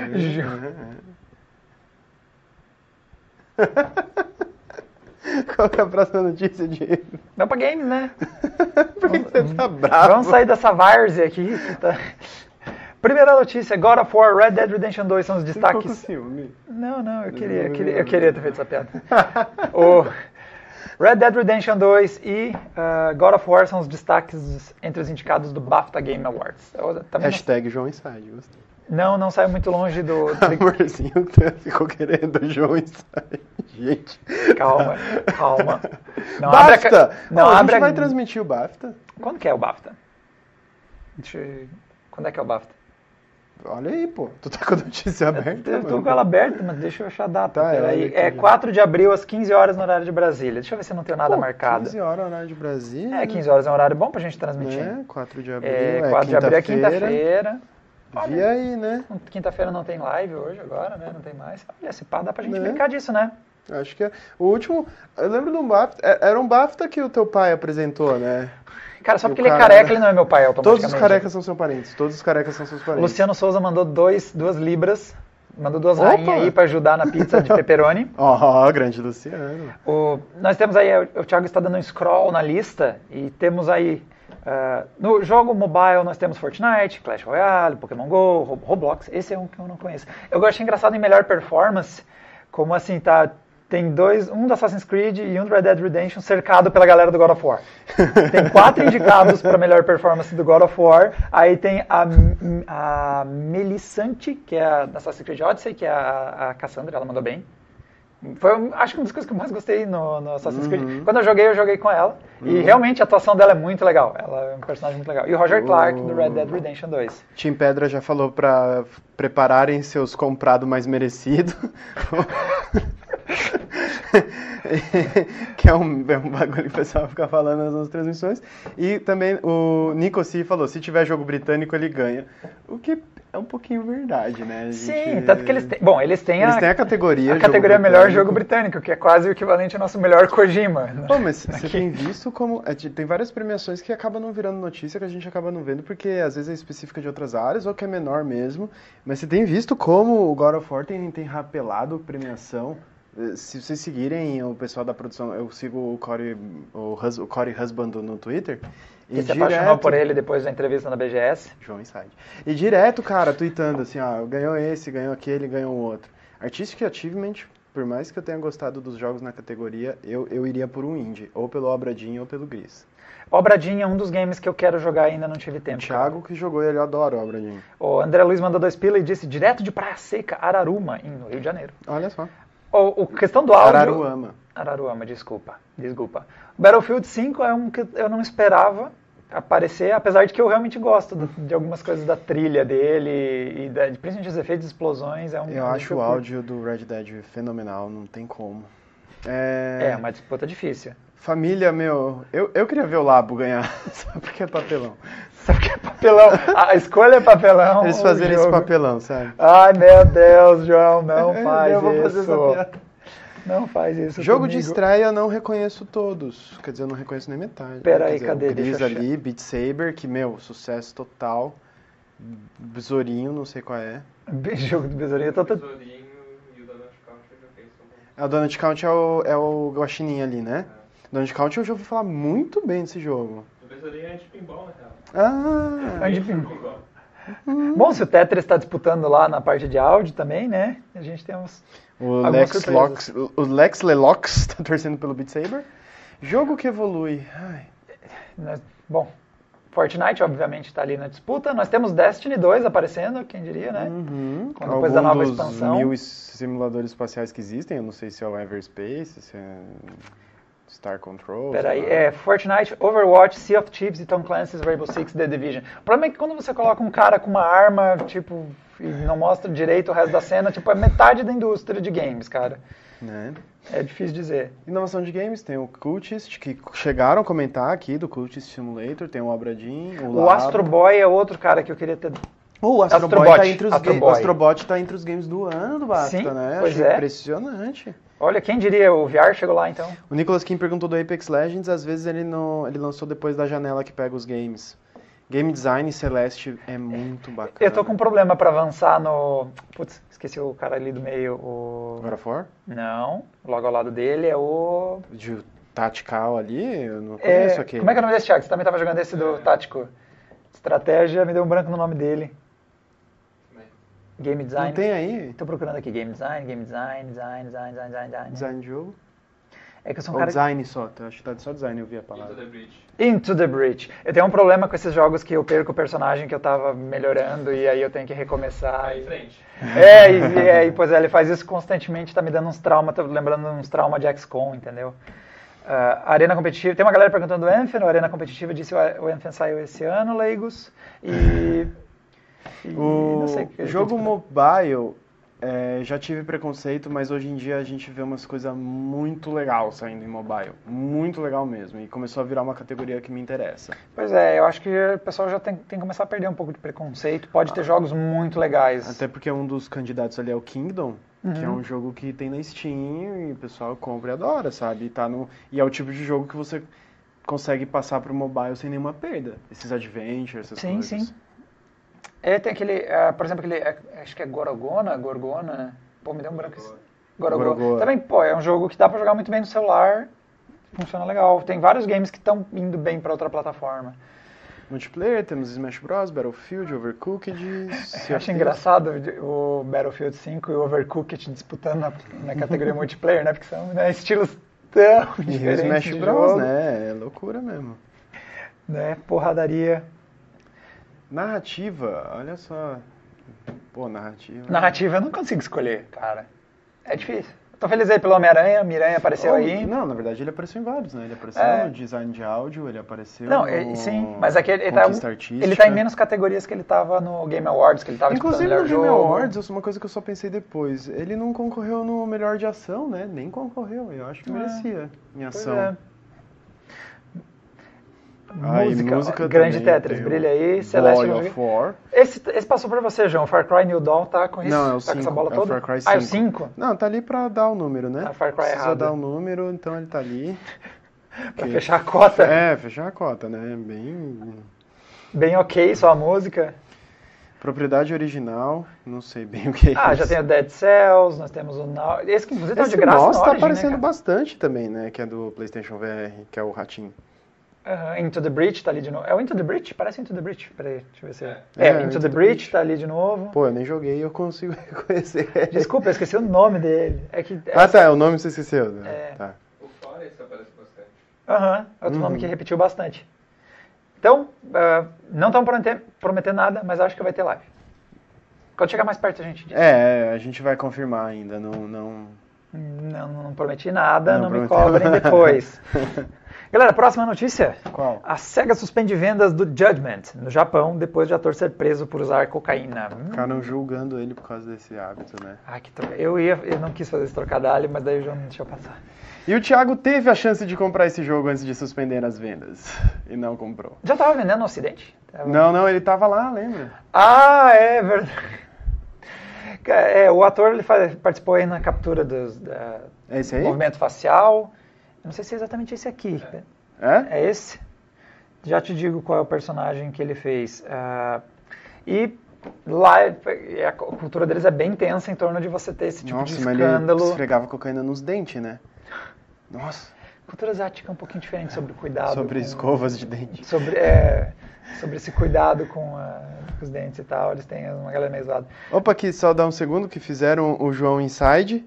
Speaker 1: Qual que é a próxima notícia, Diego?
Speaker 2: Vamos pra games, né?
Speaker 1: Por que que você tá bravo?
Speaker 2: Vamos sair dessa várzea aqui. que tá- Primeira notícia, God of War, Red Dead Redemption dois são os
Speaker 1: Você ficou com
Speaker 2: destaques.
Speaker 1: ciúme.
Speaker 2: Não, não, eu queria, eu queria, eu queria ter feito essa piada. O Red Dead Redemption dois e uh, God of War são os destaques entre os indicados do BAFTA Game Awards. Eu também
Speaker 1: Hashtag João Inside, gostei.
Speaker 2: não, não saiu muito longe do... do-
Speaker 1: Amorzinho, você ficou querendo o João Inside. Gente.
Speaker 2: Calma, calma. Não abre a ca-
Speaker 1: BAFTA!
Speaker 2: não
Speaker 1: Não, a
Speaker 2: abre
Speaker 1: gente
Speaker 2: a-
Speaker 1: vai transmitir o BAFTA.
Speaker 2: Quando que é o BAFTA? Deixa eu... Quando é que é o BAFTA?
Speaker 1: Olha aí, pô. Tu tá com a notícia aberta?
Speaker 2: Eu tô
Speaker 1: mano.
Speaker 2: com ela aberta, mas deixa eu achar a data.
Speaker 1: Tá,
Speaker 2: Peraí.
Speaker 1: eu-
Speaker 2: É quatro de abril, às quinze horas, no horário de Brasília. Deixa eu ver se eu não tenho nada
Speaker 1: Pô,
Speaker 2: marcado.
Speaker 1: quinze horas, horário de Brasília.
Speaker 2: É, quinze horas é um horário bom pra gente transmitir.
Speaker 1: Né? quatro de abril.
Speaker 2: É,
Speaker 1: É,
Speaker 2: quatro de abril é
Speaker 1: quinta-feira.
Speaker 2: quinta-feira.
Speaker 1: Vi aí, né?
Speaker 2: Quinta-feira não tem live hoje agora, né? Não tem mais. Olha, se pá, dá pra gente
Speaker 1: Né?
Speaker 2: brincar disso, né?
Speaker 1: Acho que é. O último. Eu lembro de um BAFTA. é- Era um BAFTA que o teu pai apresentou, né?
Speaker 2: Cara, só
Speaker 1: E o
Speaker 2: porque ele é
Speaker 1: cara-
Speaker 2: careca, ele não é meu pai automaticamente.
Speaker 1: Todos os carecas são seus parentes. Todos os carecas são seus
Speaker 2: O
Speaker 1: parentes.
Speaker 2: Luciano Souza mandou dois, duas libras, mandou duas
Speaker 1: Opa!
Speaker 2: rainhas aí pra ajudar na pizza de pepperoni.
Speaker 1: Ó, grande Luciano.
Speaker 2: O, nós temos aí, o Thiago está dando um scroll na lista e temos aí, uh, no jogo mobile nós temos Fortnite, Clash Royale, Pokémon GO, Ro- Roblox, esse é um que eu não conheço. Eu gosto engraçado em melhor performance, como assim, tá, tem dois, um do Assassin's Creed e um do Red Dead Redemption cercado pela galera do God of War. Tem quatro indicados para melhor performance do God of War, aí tem a, a Melissante, que é a da Assassin's Creed Odyssey, que é a, a Cassandra, ela mandou bem. Foi, acho que uma das coisas que eu mais gostei no, no Assassin's Creed. Quando eu joguei, eu joguei com ela. E realmente a atuação dela é muito legal. Ela é um personagem muito legal. E o Roger Clark, do Red Dead Redemption dois.
Speaker 1: Tim Pedra já falou pra prepararem seus comprado mais merecido. que é um, é um bagulho que o pessoal fica falando nas nossas transmissões. E também o Nico C falou, se tiver jogo britânico, ele ganha. O que é um pouquinho verdade, né? A
Speaker 2: Sim,
Speaker 1: gente-
Speaker 2: tanto que eles têm... Bom, eles têm
Speaker 1: Eles
Speaker 2: a,
Speaker 1: têm a categoria
Speaker 2: a
Speaker 1: jogo
Speaker 2: categoria melhor
Speaker 1: britânico.
Speaker 2: jogo britânico, que é quase o equivalente ao nosso melhor Kojima.
Speaker 1: Pô, mas você tem visto como... é, tem várias premiações que acabam não virando notícia, que a gente acaba não vendo, porque às vezes é específica de outras áreas, ou que é menor mesmo. Mas você tem visto como o God of War tem, tem rapelado premiação. Eh, Se vocês seguirem o pessoal da produção, eu sigo o Corey, o, Hus, o Corey Husband no Twitter.
Speaker 2: Que se apaixonou por ele depois da entrevista na B G S.
Speaker 1: João Inside. E direto, cara, tweetando assim, ó, ganhou esse, ganhou aquele, ganhou o outro. Artistic Achievement, por mais que eu tenha gostado dos jogos na categoria, eu, eu iria por um indie, ou pelo Obradinho ou pelo Gris.
Speaker 2: Obradinha é um dos games que eu quero jogar e ainda não tive
Speaker 1: O
Speaker 2: tempo.
Speaker 1: Thiago que jogou ele, eu adoro o Obradinho.
Speaker 2: O André Luiz mandou dois pila e disse, direto de Praia Seca, Araruma, em- no Rio de Janeiro.
Speaker 1: Olha só.
Speaker 2: O, o questão do áudio...
Speaker 1: Araruama.
Speaker 2: Araruama, desculpa, desculpa. Battlefield cinco é um que eu não esperava aparecer, apesar de que eu realmente gosto do- de algumas coisas da trilha dele e da, de, principalmente os efeitos de explosões. É um
Speaker 1: Eu
Speaker 2: jogo
Speaker 1: acho
Speaker 2: que
Speaker 1: o
Speaker 2: curto.
Speaker 1: áudio do Red Dead fenomenal, não tem como. É,
Speaker 2: É, uma disputa difícil.
Speaker 1: Família, meu, eu, eu queria ver o Labo ganhar, só porque é papelão.
Speaker 2: Só que é papelão. A escolha é papelão.
Speaker 1: Eles
Speaker 2: o
Speaker 1: fazerem esse
Speaker 2: jogo-
Speaker 1: papelão, sabe?
Speaker 2: Ai, meu Deus, João, não faz
Speaker 1: eu vou fazer
Speaker 2: isso.
Speaker 1: essa piada.
Speaker 2: Não faz isso
Speaker 1: Jogo de
Speaker 2: comigo.
Speaker 1: estreia eu não reconheço todos. Quer dizer, eu não reconheço nem metade.
Speaker 2: Pera
Speaker 1: Quer
Speaker 2: aí,
Speaker 1: dizer,
Speaker 2: cadê?
Speaker 1: O Gris
Speaker 2: Deixa eu achar.
Speaker 1: ali, Beat Saber, que, meu, sucesso total. Besourinho, não sei qual é.
Speaker 2: Jogo de besourinho. Eu tô...
Speaker 3: O Tesourinho e o Donut Count eu joguei também.
Speaker 1: É, o Donut Count é o, é o guaxininho ali, né? Donut Count eu já ouvi falar muito bem desse jogo.
Speaker 3: O Tesourinho é de pinball, na real.
Speaker 1: Ah,
Speaker 2: É de
Speaker 3: Bem
Speaker 2: pinball. Bom, se o Tetris está disputando lá na parte de áudio também, né? A gente tem uns...
Speaker 1: o
Speaker 2: Algumas
Speaker 1: Lex,
Speaker 2: surpresas.
Speaker 1: Lox, o Lex Lelox tá torcendo pelo Beat Saber. Jogo que evolui. Ai.
Speaker 2: nós- Bom, Fortnite, obviamente, está ali na disputa. Nós temos Destiny dois aparecendo, quem diria, né?
Speaker 1: Uhum.
Speaker 2: Com- depois da nova
Speaker 1: dos
Speaker 2: expansão.
Speaker 1: mil simuladores espaciais que existem, eu não sei se é o Everspace, se é Star Control.
Speaker 2: Peraí,
Speaker 1: sei lá.
Speaker 2: é Fortnite, Overwatch, Sea of Thieves e Tom Clancy's Rainbow Six The Division. O problema é que quando você coloca um cara com uma arma, tipo, e não mostra direito o resto da cena, tipo, é metade da indústria de games, cara.
Speaker 1: Né?
Speaker 2: É difícil dizer.
Speaker 1: Inovação de games, tem o Cultist, que chegaram a comentar aqui do Cultist Simulator, tem o Obradinho, o
Speaker 2: O
Speaker 1: Labo.
Speaker 2: Astro Boy é outro cara que eu queria ter...
Speaker 1: O Astro Boy
Speaker 2: Astrobot,
Speaker 1: tá entre os
Speaker 2: Astro
Speaker 1: ga-
Speaker 2: Boy.
Speaker 1: o Astrobot tá entre os games do ano do Basta,
Speaker 2: Sim,
Speaker 1: né?
Speaker 2: pois
Speaker 1: Achei
Speaker 2: é.
Speaker 1: impressionante.
Speaker 2: Olha, quem diria, o V R chegou lá, então.
Speaker 1: O Nicolas Kim perguntou do Apex Legends, às vezes ele não, ele lançou depois da janela que pega os games. Game Design Celeste é muito bacana.
Speaker 2: Eu tô com um problema pra avançar no... Putz, esqueci o cara ali do meio, o...
Speaker 1: God of War?
Speaker 2: Não, logo ao lado dele é o...
Speaker 1: De Tactical ali, eu não
Speaker 2: É,
Speaker 1: conheço aquele.
Speaker 2: como é que é o nome desse, Thiago? Você também tava jogando esse do tático? Estratégia, me deu um branco no nome dele. Game Design.
Speaker 1: Não tem aí?
Speaker 2: Tô procurando aqui, Game Design, Game Design, Design, Design, Design, Design, Design.
Speaker 1: Design de jogo?
Speaker 2: É que eu sou um
Speaker 1: Ou
Speaker 2: cara...
Speaker 1: design só, tá? Acho que tá só design, eu vi a
Speaker 3: Into
Speaker 1: palavra.
Speaker 3: the Breach.
Speaker 2: Into the Breach. Eu tenho um problema com esses jogos que eu perco o personagem que eu tava melhorando e aí eu tenho que recomeçar.
Speaker 3: Aí
Speaker 2: e-
Speaker 3: em frente.
Speaker 2: É, e, e, é, e, pois é, ele faz isso constantemente, tá me dando uns traumas, tô lembrando uns traumas de X COM, entendeu? Ah, Arena Competitiva, tem uma galera perguntando do Anthem, a Arena Competitiva disse que o Anthem saiu esse ano, leigos, e E
Speaker 1: O
Speaker 2: não sei o que
Speaker 1: jogo
Speaker 2: que-
Speaker 1: mobile, é, já tive preconceito, mas hoje em dia a gente vê umas coisas muito legal saindo em mobile. Muito legal mesmo. E começou a virar uma categoria que me interessa.
Speaker 2: Pois é, eu acho que o pessoal já tem, tem que começar a perder um pouco de preconceito. Pode ter jogos muito legais.
Speaker 1: Até porque um dos candidatos ali é o Kingdom, que é
Speaker 2: Uhum.
Speaker 1: um jogo que tem na Steam e o pessoal compra e adora, sabe? E, tá no, e é o tipo de jogo que você consegue passar pro mobile sem nenhuma perda. Esses adventures, essas
Speaker 2: Sim,
Speaker 1: coisas.
Speaker 2: sim. É, tem aquele, ah, por exemplo, aquele, é, acho que é Gorogona, Gorgona, pô, me deu um branco esse. Gorogoa.
Speaker 1: Gorogoa.
Speaker 2: Também, pô, é um jogo que dá pra jogar muito bem no celular, funciona legal. Tem vários games que estão indo bem pra outra plataforma.
Speaker 1: Multiplayer, temos Smash Bros, Battlefield, Overcooked.
Speaker 2: Eu
Speaker 1: Sea of
Speaker 2: acho
Speaker 1: Thieves.
Speaker 2: engraçado o Battlefield cinco e o Overcooked disputando na, na categoria multiplayer, né? Porque são né, estilos tão
Speaker 1: E o
Speaker 2: diferentes
Speaker 1: Smash
Speaker 2: de
Speaker 1: Bros,
Speaker 2: jogo,
Speaker 1: né? É loucura mesmo.
Speaker 2: né? Porradaria.
Speaker 1: Narrativa, olha só. Pô, narrativa.
Speaker 2: Narrativa eu não consigo escolher, cara. É difícil. Tô feliz aí pelo Homem-Aranha, Miranha apareceu
Speaker 1: Oh,
Speaker 2: aí.
Speaker 1: Não, na verdade ele apareceu em vários, né? Ele apareceu
Speaker 2: É.
Speaker 1: no design de áudio, ele apareceu
Speaker 2: Não,
Speaker 1: no
Speaker 2: ele- sim, mas aqui ele, ele, tá,
Speaker 1: Conquista Artística.
Speaker 2: ele tá em menos categorias que ele tava no Game Awards, que ele tava
Speaker 1: Inclusive
Speaker 2: disputando
Speaker 1: no
Speaker 2: o
Speaker 1: Game
Speaker 2: melhor jogo.
Speaker 1: Awards, isso é uma coisa que eu só pensei depois. Ele não concorreu no melhor de ação, né? Nem concorreu. Eu acho que
Speaker 2: É.
Speaker 1: merecia em
Speaker 2: Pois
Speaker 1: ação.
Speaker 2: é.
Speaker 1: Ah, e
Speaker 2: música,
Speaker 1: música
Speaker 2: grande
Speaker 1: também
Speaker 2: Tetris,
Speaker 1: tem o
Speaker 2: brilha aí, Celeste.
Speaker 1: Boy of War.
Speaker 2: Esse, esse passou pra você, João. Far Cry New Dawn tá com isso?
Speaker 1: Não, é o
Speaker 2: tá com essa
Speaker 1: cinco,
Speaker 2: bola
Speaker 1: é o
Speaker 2: toda?
Speaker 1: Far Cry
Speaker 2: Ah, é o
Speaker 1: cinco.
Speaker 2: cinco?
Speaker 1: Não, tá ali pra dar o número, né?
Speaker 2: Ah, Far Cry
Speaker 1: Precisa
Speaker 2: errado.
Speaker 1: dar o número, então ele tá ali.
Speaker 2: Pra
Speaker 1: Que-
Speaker 2: fechar a cota.
Speaker 1: É, fechar a cota, né? Bem...
Speaker 2: Bem ok, só a música.
Speaker 1: Propriedade original, não sei bem o que é
Speaker 2: Ah,
Speaker 1: isso.
Speaker 2: já tem o Dead Cells, nós temos o Now. Esse que inclusive tá
Speaker 1: Esse
Speaker 2: de graça
Speaker 1: Nossa,
Speaker 2: na
Speaker 1: tá
Speaker 2: Origin,
Speaker 1: aparecendo
Speaker 2: né, cara?
Speaker 1: bastante também, né? Que é do PlayStation V R, que é o ratinho.
Speaker 2: Aham, Into the Breach tá ali de novo. É o Into the Breach? Parece Into the Breach. Peraí, deixa eu ver se é.
Speaker 1: É,
Speaker 2: É, Into the Breach tá ali de novo.
Speaker 1: Pô, eu nem joguei, eu consigo reconhecer.
Speaker 2: Desculpa, eu esqueci o nome dele. É que.
Speaker 1: Ah, tá, o nome você esqueceu. né?
Speaker 2: É.
Speaker 1: Tá.
Speaker 3: O Forest aparece bastante.
Speaker 2: Aham, outro
Speaker 1: Uhum.
Speaker 2: nome que repetiu bastante. Então, ah, não estão prometendo, prometendo nada, mas acho que vai ter live. Quando chegar mais perto a gente diz.
Speaker 1: É, a gente vai confirmar ainda, não... não...
Speaker 2: Não, não prometi nada,
Speaker 1: Não
Speaker 2: não, me
Speaker 1: prometeu.
Speaker 2: cobrem depois. Galera, próxima notícia.
Speaker 1: Qual?
Speaker 2: A SEGA suspende vendas do Judgment no Japão depois de ator ser preso por usar cocaína. Hum.
Speaker 1: Ficaram julgando ele por causa desse hábito, né?
Speaker 2: Ah, que troca. Eu ia, eu não quis fazer esse trocadilho, mas daí o João não deixou passar.
Speaker 1: E o Thiago teve a chance de comprar esse jogo antes de suspender as vendas. E não comprou.
Speaker 2: Já tava vendendo no Ocidente? Tava-
Speaker 1: Não, não, ele tava lá, lembra?
Speaker 2: Ah, é verdade. É, o ator ele fa- participou aí na captura dos, da,
Speaker 1: É esse
Speaker 2: do
Speaker 1: aí?
Speaker 2: movimento facial. Eu não sei se é exatamente esse aqui.
Speaker 1: É?
Speaker 2: É esse? Já te digo qual é o personagem que ele fez. Ah, e lá é- a cultura deles é bem tensa em torno de você ter esse tipo
Speaker 1: Nossa,
Speaker 2: de
Speaker 1: mas ele
Speaker 2: escândalo.
Speaker 1: esfregava cocaína nos dentes, né? Nossa,
Speaker 2: A cultura asiática é um pouquinho diferente sobre cuidado.
Speaker 1: sobre
Speaker 2: com-
Speaker 1: escovas de dente.
Speaker 2: Sobre, é, sobre esse cuidado com, a- com os dentes e tal. Eles têm uma galera meio zoada.
Speaker 1: Opa, aqui, só dá um segundo que fizeram o João Inside.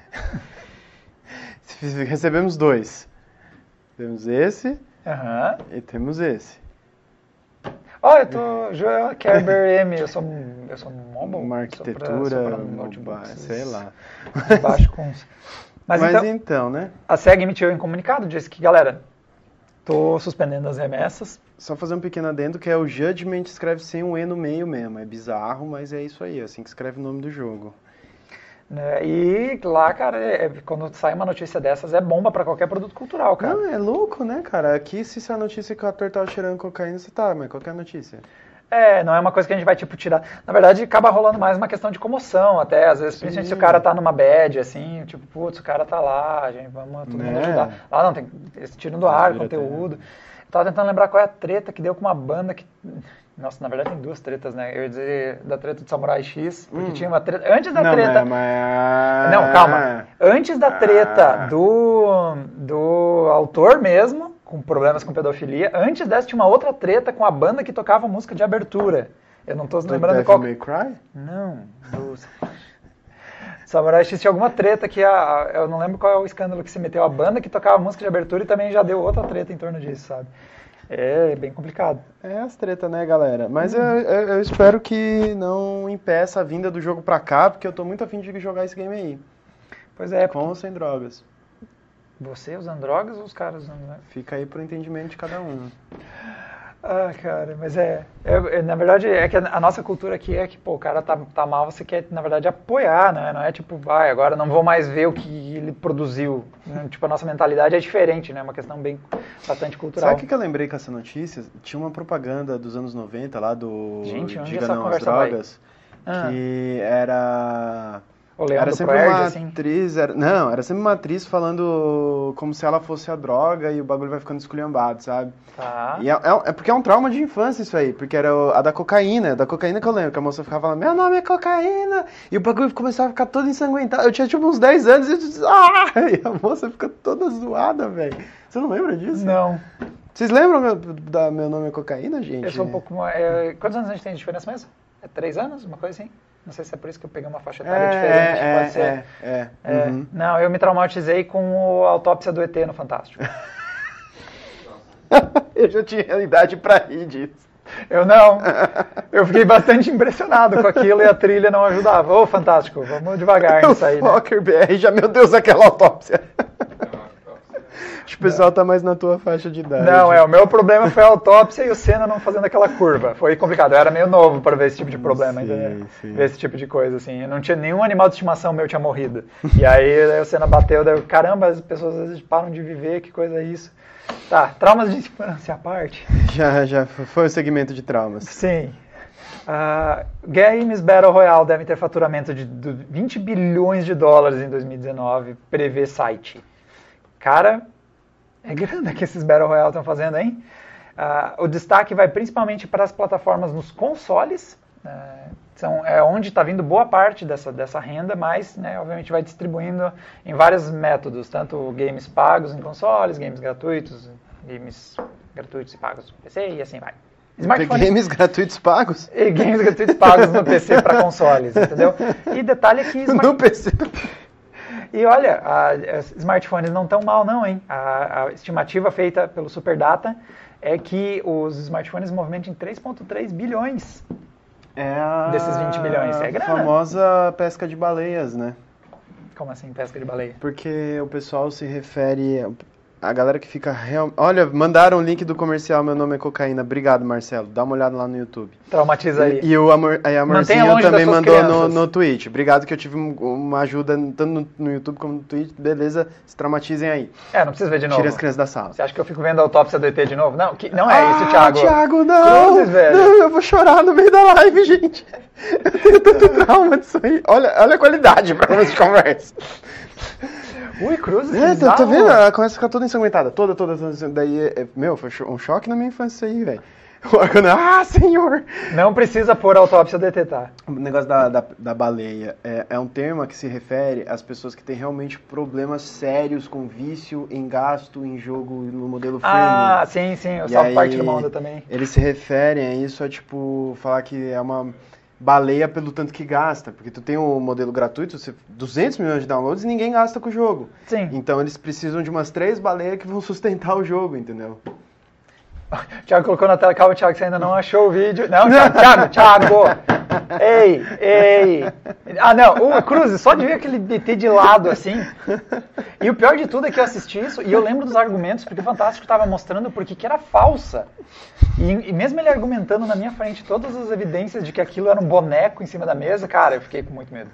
Speaker 1: Recebemos dois. Temos esse
Speaker 2: Aham.
Speaker 1: e temos esse.
Speaker 2: Ó, eu tô Joel Kerber M, eu sou eu sou mobile.
Speaker 1: Uma
Speaker 2: sou pra-
Speaker 1: arquitetura,
Speaker 2: sou pra
Speaker 1: mobile,
Speaker 2: notebooks,
Speaker 1: sei lá.
Speaker 2: Baixo com os... Mas,
Speaker 1: Mas,
Speaker 2: então,
Speaker 1: então, né?
Speaker 2: a SEGA emitiu em comunicado, disse que, galera, tô suspendendo as remessas.
Speaker 1: Só fazer um pequeno adendo que é o Judgment, escreve sem um E no meio mesmo. É bizarro, mas é isso aí, é assim que escreve o nome do jogo.
Speaker 2: Né? E lá, cara, é- quando sai uma notícia dessas, é bomba pra qualquer produto cultural, cara.
Speaker 1: Não, é louco, né, cara? Aqui, se essa notícia que o ator tava cheirando cocaína, você tá, mas qualquer notícia.
Speaker 2: É, não é uma coisa que a gente vai, tipo, tirar. Na verdade, acaba rolando mais uma questão de comoção, até, às vezes, principalmente se o cara tá numa bad, assim, tipo, putz, o cara tá lá, gente, vamos todo mundo
Speaker 1: Né?
Speaker 2: ajudar. Lá não, tem, eles tiram do ar,
Speaker 1: Vira
Speaker 2: conteúdo. Eu tava tentando lembrar qual é a treta que deu com uma banda que... Nossa, na verdade tem duas tretas, né? Eu ia dizer da treta do Samurai X, porque
Speaker 1: Hum.
Speaker 2: tinha uma treta... Antes da
Speaker 1: Não,
Speaker 2: treta...
Speaker 1: mas... mas-
Speaker 2: Não, calma. Antes da treta
Speaker 1: Ah.
Speaker 2: do, do autor mesmo, com problemas com pedofilia, antes dessa tinha uma outra treta com a banda que tocava música de abertura. Eu não tô
Speaker 1: Do
Speaker 2: lembrando
Speaker 1: Devil
Speaker 2: qual...
Speaker 1: May Cry?
Speaker 2: Não, do... Samurai X tinha alguma treta que a... Eu não lembro qual é o escândalo que se meteu a banda que tocava música de abertura e também já deu outra treta em torno disso, sabe? É bem complicado.
Speaker 1: É as tretas, né, galera? Mas
Speaker 2: Uhum.
Speaker 1: eu, eu- eu espero que não impeça a vinda do jogo pra cá, porque eu tô muito afim de jogar esse game aí.
Speaker 2: Pois é,
Speaker 1: Com ou sem drogas.
Speaker 2: você usando drogas ou os caras usando... Né?
Speaker 1: Fica aí pro entendimento de cada um.
Speaker 2: Ah, cara, mas é, é, é, na verdade, é que a nossa cultura aqui é que, pô, o cara tá, tá mal, você quer, na verdade, apoiar, né? Não é tipo, vai, agora não vou mais ver o que ele produziu. Tipo, a nossa mentalidade é diferente, né? É uma questão bem, bastante cultural.
Speaker 1: Sabe o que, que eu lembrei com essa notícia? Tinha uma propaganda dos anos noventa lá do
Speaker 2: Gente, onde
Speaker 1: Diga
Speaker 2: essa
Speaker 1: Não às
Speaker 2: conversa vai?
Speaker 1: Drogas,
Speaker 2: Ah.
Speaker 1: que era...
Speaker 2: O Leão
Speaker 1: Era
Speaker 2: do
Speaker 1: sempre
Speaker 2: Proerd,
Speaker 1: uma
Speaker 2: assim.
Speaker 1: atriz, era, não, era sempre uma atriz falando como se ela fosse a droga e o bagulho vai ficando esculhambado, sabe?
Speaker 2: Tá.
Speaker 1: E é, é, é porque é um trauma de infância isso aí, porque era o- a da cocaína, da cocaína que eu lembro, que a moça ficava falando, meu nome é cocaína, e o bagulho começava a ficar todo ensanguentado, eu tinha tipo uns dez anos e eu disse, ah! E a moça fica toda zoada, velho. Você não lembra disso?
Speaker 2: Não.
Speaker 1: Vocês lembram meu, da Meu Nome é Cocaína, gente?
Speaker 2: Eu sou um pouco mais... É, quantos anos a gente tem de diferença mesmo? É três anos? Uma coisa assim? Não sei se é por isso que eu peguei uma faixa etária
Speaker 1: É,
Speaker 2: diferente,
Speaker 1: é,
Speaker 2: pode ser.
Speaker 1: é, é,
Speaker 2: É,
Speaker 1: uhum.
Speaker 2: Não, eu me traumatizei com a autópsia do E T no Fantástico.
Speaker 1: Eu já tinha idade pra rir disso.
Speaker 2: Eu não. Eu fiquei bastante impressionado com aquilo e a trilha não ajudava. Ô, Fantástico, vamos devagar nisso aí,
Speaker 1: O
Speaker 2: né?
Speaker 1: Fokker B R já, meu Deus, aquela autópsia. Acho que o pessoal tá mais na tua faixa de idade.
Speaker 2: Não, é, o meu problema foi a autópsia e o Senna não fazendo aquela curva. Foi complicado, eu era meio novo para ver esse tipo de problema,
Speaker 1: Sim,
Speaker 2: entendeu?
Speaker 1: sim.
Speaker 2: Ver esse tipo de coisa, assim. Eu não tinha nenhum animal de estimação meu tinha morrido. E aí, aí o Senna bateu, daí, eu, caramba, as pessoas às vezes param de viver, que coisa é isso? Tá, traumas de infância à parte.
Speaker 1: Já, já foi o segmento de traumas.
Speaker 2: Sim. Uh, Games Battle Royale devem ter faturamento de de vinte bilhões de dólares em dois mil e dezenove, prevê site. Cara, é grana que esses Battle Royale estão fazendo, hein? Uh, o destaque vai principalmente para as plataformas nos consoles, uh, são, é onde está vindo boa parte dessa, dessa renda, mas, né, obviamente, vai distribuindo em vários métodos, tanto games pagos em consoles, games gratuitos, games gratuitos e pagos no P C e assim vai.
Speaker 1: Games gratuitos pagos?
Speaker 2: E games gratuitos pagos no P C para consoles, entendeu? E detalhe é que... Smart...
Speaker 1: No P C...
Speaker 2: E olha, a, a, smartphones não estão mal não, hein? A, a estimativa feita pelo Superdata é que os smartphones movimentam três vírgula três bilhões
Speaker 1: É a
Speaker 2: desses vinte bilhões. É grana.
Speaker 1: famosa pesca de baleias, né?
Speaker 2: Como assim, pesca de baleia?
Speaker 1: Porque o pessoal se refere... A galera que fica real... Olha, mandaram o link do comercial Meu Nome é Cocaína. Obrigado, Marcelo. Dá uma olha lá no YouTube.
Speaker 2: Traumatiza aí.
Speaker 1: E, e o Amor, aí a
Speaker 2: Mantenha
Speaker 1: Amorzinho
Speaker 2: longe das
Speaker 1: também
Speaker 2: suas
Speaker 1: mandou no,
Speaker 2: crianças.
Speaker 1: no Twitch. Obrigado que eu tive um- uma ajuda tanto no, no YouTube como no Twitch. Beleza, se traumatizem aí.
Speaker 2: É, não precisa ver de novo.
Speaker 1: Tire as crianças da sala.
Speaker 2: Você acha que eu fico vendo a autópsia do E T de novo? Não, que, não é isso, Thiago.
Speaker 1: Thiago, não!
Speaker 2: Cruzes, velho.
Speaker 1: Não, eu vou chorar no meio da live, gente. Eu tenho tanto trauma disso aí. Olha, olha a qualidade pra começo de conversa.
Speaker 2: Ui, Cruzes, que
Speaker 1: É, tô,
Speaker 2: bizarro.
Speaker 1: tô vendo, ela começa a ficar toda ensanguentada. Toda, toda, toda. Daí, é, meu, foi cho- um choque na minha infância isso aí, velho. O órgão, ah, senhor!
Speaker 2: Não precisa pôr a autópsia do E T, tá?
Speaker 1: O negócio da, da, da baleia é, é um termo que se refere às pessoas que têm realmente problemas sérios com vício em gasto em jogo no modelo freemium.
Speaker 2: Ah, sim, sim, o
Speaker 1: E
Speaker 2: South
Speaker 1: aí,
Speaker 2: Park numa onda também.
Speaker 1: Eles se referem a isso, a tipo, falar que é uma baleia pelo tanto que gasta, porque tu tem o modelo gratuito, você, duzentos milhões de downloads e ninguém gasta com o jogo.
Speaker 2: Sim.
Speaker 1: Então eles precisam de umas três baleias que vão sustentar o jogo, entendeu?
Speaker 2: O Thiago colocou na tela, calma, Thiago, você ainda não achou o vídeo. Não, Thiago, Thiago, Thiago! Ei, ei! Ah, não, o Cruz, só de ver aquele D T de lado, assim. E o pior de tudo é que eu assisti isso e eu lembro dos argumentos, porque o Fantástico estava mostrando porque que era falsa. E, e mesmo ele argumentando na minha frente todas as evidências de que aquilo era um boneco em cima da mesa, cara, eu fiquei com muito medo.